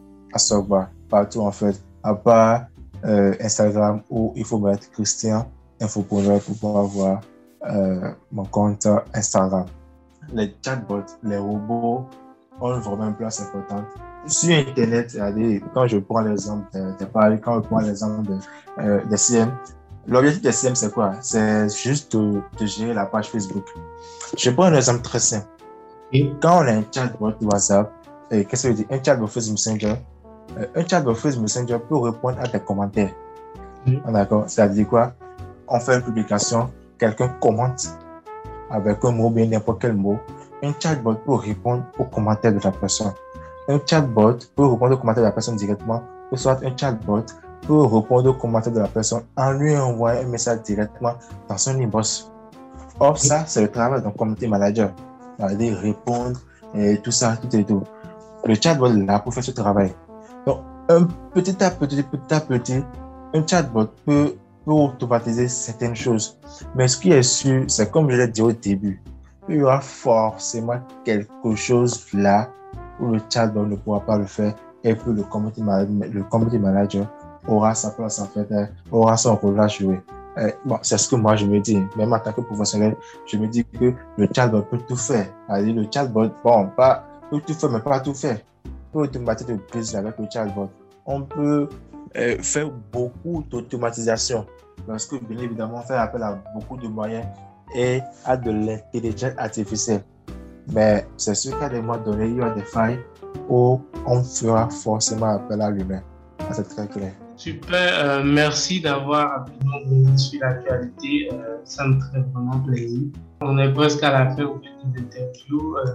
Asobua. Partout en fait. À part euh, Instagram où il faut mettre Christian Infopreneur pour pouvoir voir euh, mon compte Instagram. Les chatbots, les robots ont vraiment une place importante. Sur Internet, quand je prends l'exemple de, de Paris, quand je prends l'exemple de, euh, de C M, l'objectif de C M, c'est quoi? C'est juste de, de gérer la page Facebook. Je prends un exemple très simple. Et quand on a un chatbot WhatsApp, euh, qu'est-ce que je dis? Un chatbot Facebook Messenger, euh, un chatbot Facebook Messenger peut répondre à tes commentaires. Oui. D'accord? C'est-à-dire quoi? On fait une publication, quelqu'un commente avec un mot, bien n'importe quel mot. Un chatbot peut répondre aux commentaires de la personne. Un chatbot peut répondre aux commentaires de la personne directement, ou soit un chatbot peut répondre aux commentaires de la personne en lui envoyant un message directement dans son inbox. Or, ça, c'est le travail d'un community manager. C'est-à-dire répondre et tout ça, tout et tout. Le chatbot est là pour faire ce travail. Donc, un petit à petit, petit à petit, un chatbot peut, peut automatiser certaines choses. Mais ce qui est sûr, c'est comme je l'ai dit au début, il y aura forcément quelque chose là où le chatbot ne pourra pas le faire et puis le community manager, le community manager aura sa place en fait, aura son rôle à jouer. Euh, bon, c'est ce que moi je me dis. Même en tant que professionnel, je me dis que le chatbot peut tout faire. C'est-à-dire le chatbot, bon, pas peut tout faire, mais pas tout faire. On peut automatiser le plaisir avec le chatbot. On peut euh, faire beaucoup d'automatisation parce que bien évidemment, on fait appel à beaucoup de moyens et à de l'intelligence artificielle. Mais c'est sûr qu'à des moments donnés, il y a des failles où on fera forcément appel à l'humain. C'est très clair. Super, euh, merci d'avoir rapidement donné sur l'actualité. Euh, ça me fait vraiment plaisir. On est presque à la fin de l'interview. Euh,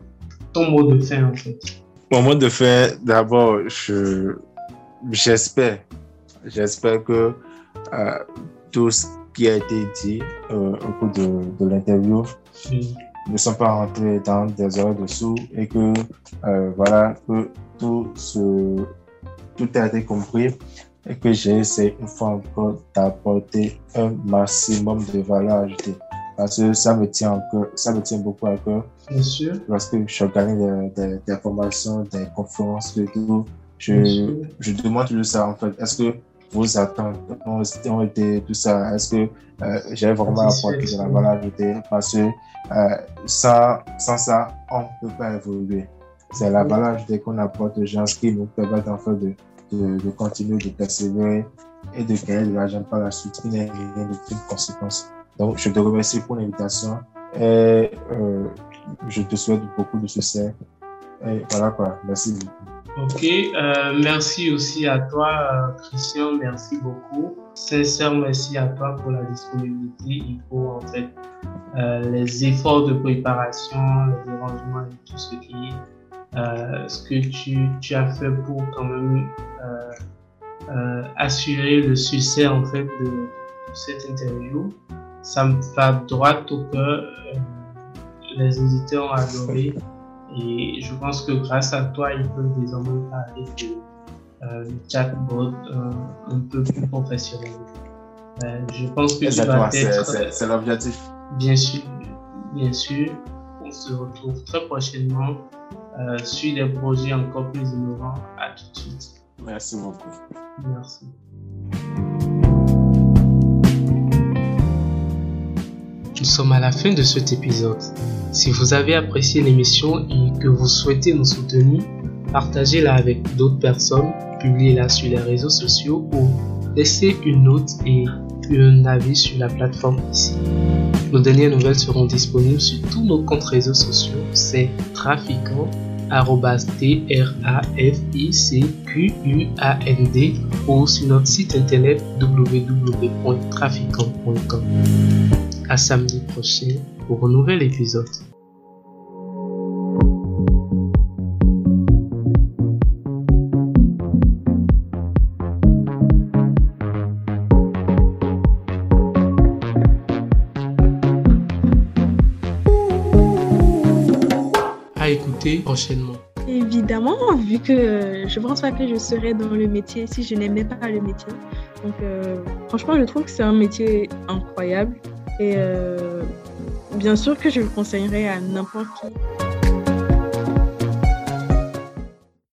ton mot de fin, en fait. Mon mot de fin, d'abord, je, j'espère, j'espère que euh, tout ce qui a été dit euh, au cours de, de l'interview oui. ne sont pas rentrés dans des heures dessous et que euh, voilà, que tout, ce, tout a été compris et que j'ai essayé une fois encore d'apporter un maximum de valeur ajoutée. Parce que ça me tient encore, ça me tient beaucoup à cœur. Bien sûr. Parce que je organise des, des, des formations, des conférences et tout. Je, je demande tout ça en fait. Est-ce que vos attentes ont, ont été tout ça? Est-ce que euh, j'ai vraiment apporté de la valeur ajoutée? Parce que euh, sans, sans ça, on ne peut pas évoluer. C'est la valeur ajoutée qu'on apporte aux gens qui nous permettent en fait de, de, de continuer de persévérer et de gagner de l'argent par la suite, qui n'est rien d'autre conséquence. Donc, je te remercie pour l'invitation et euh, je te souhaite beaucoup de succès. Et voilà quoi, merci beaucoup. Ok, euh, merci aussi à toi, euh, Christian, merci beaucoup. Sincère merci à toi pour la disponibilité et pour en fait euh, les efforts de préparation, les dérangements et tout ce qui euh, ce que tu, tu as fait pour quand même euh, euh, assurer le succès en fait de, de cette interview. Ça me va droit au cœur. Euh, les auditeurs ont adoré et je pense que grâce à toi, ils peuvent désormais parler de euh, chatbot euh, un peu plus professionnel. Euh, je pense que Exactement, tu vas être... c'est, c'est, c'est l'objectif. Bien sûr, bien sûr. On se retrouve très prochainement euh, sur des projets encore plus innovants. À tout de suite. Merci beaucoup. Merci. Nous sommes à la fin de cet épisode. Si vous avez apprécié l'émission et que vous souhaitez nous soutenir, partagez-la avec d'autres personnes, publiez-la sur les réseaux sociaux ou laissez une note et un avis sur la plateforme ici. Nos dernières nouvelles seront disponibles sur tous nos comptes réseaux sociaux, c'est trafiquant, arobase T R A F I C Q U A N D ou sur notre site internet w w w point trafiquant point com. À samedi prochain pour un nouvel épisode. À écouter prochainement. Évidemment, vu que euh, je pense pas que je serais dans le métier si je n'aimais pas le métier. Donc euh, franchement, je trouve que c'est un métier incroyable et euh, bien sûr que je le conseillerais à n'importe qui.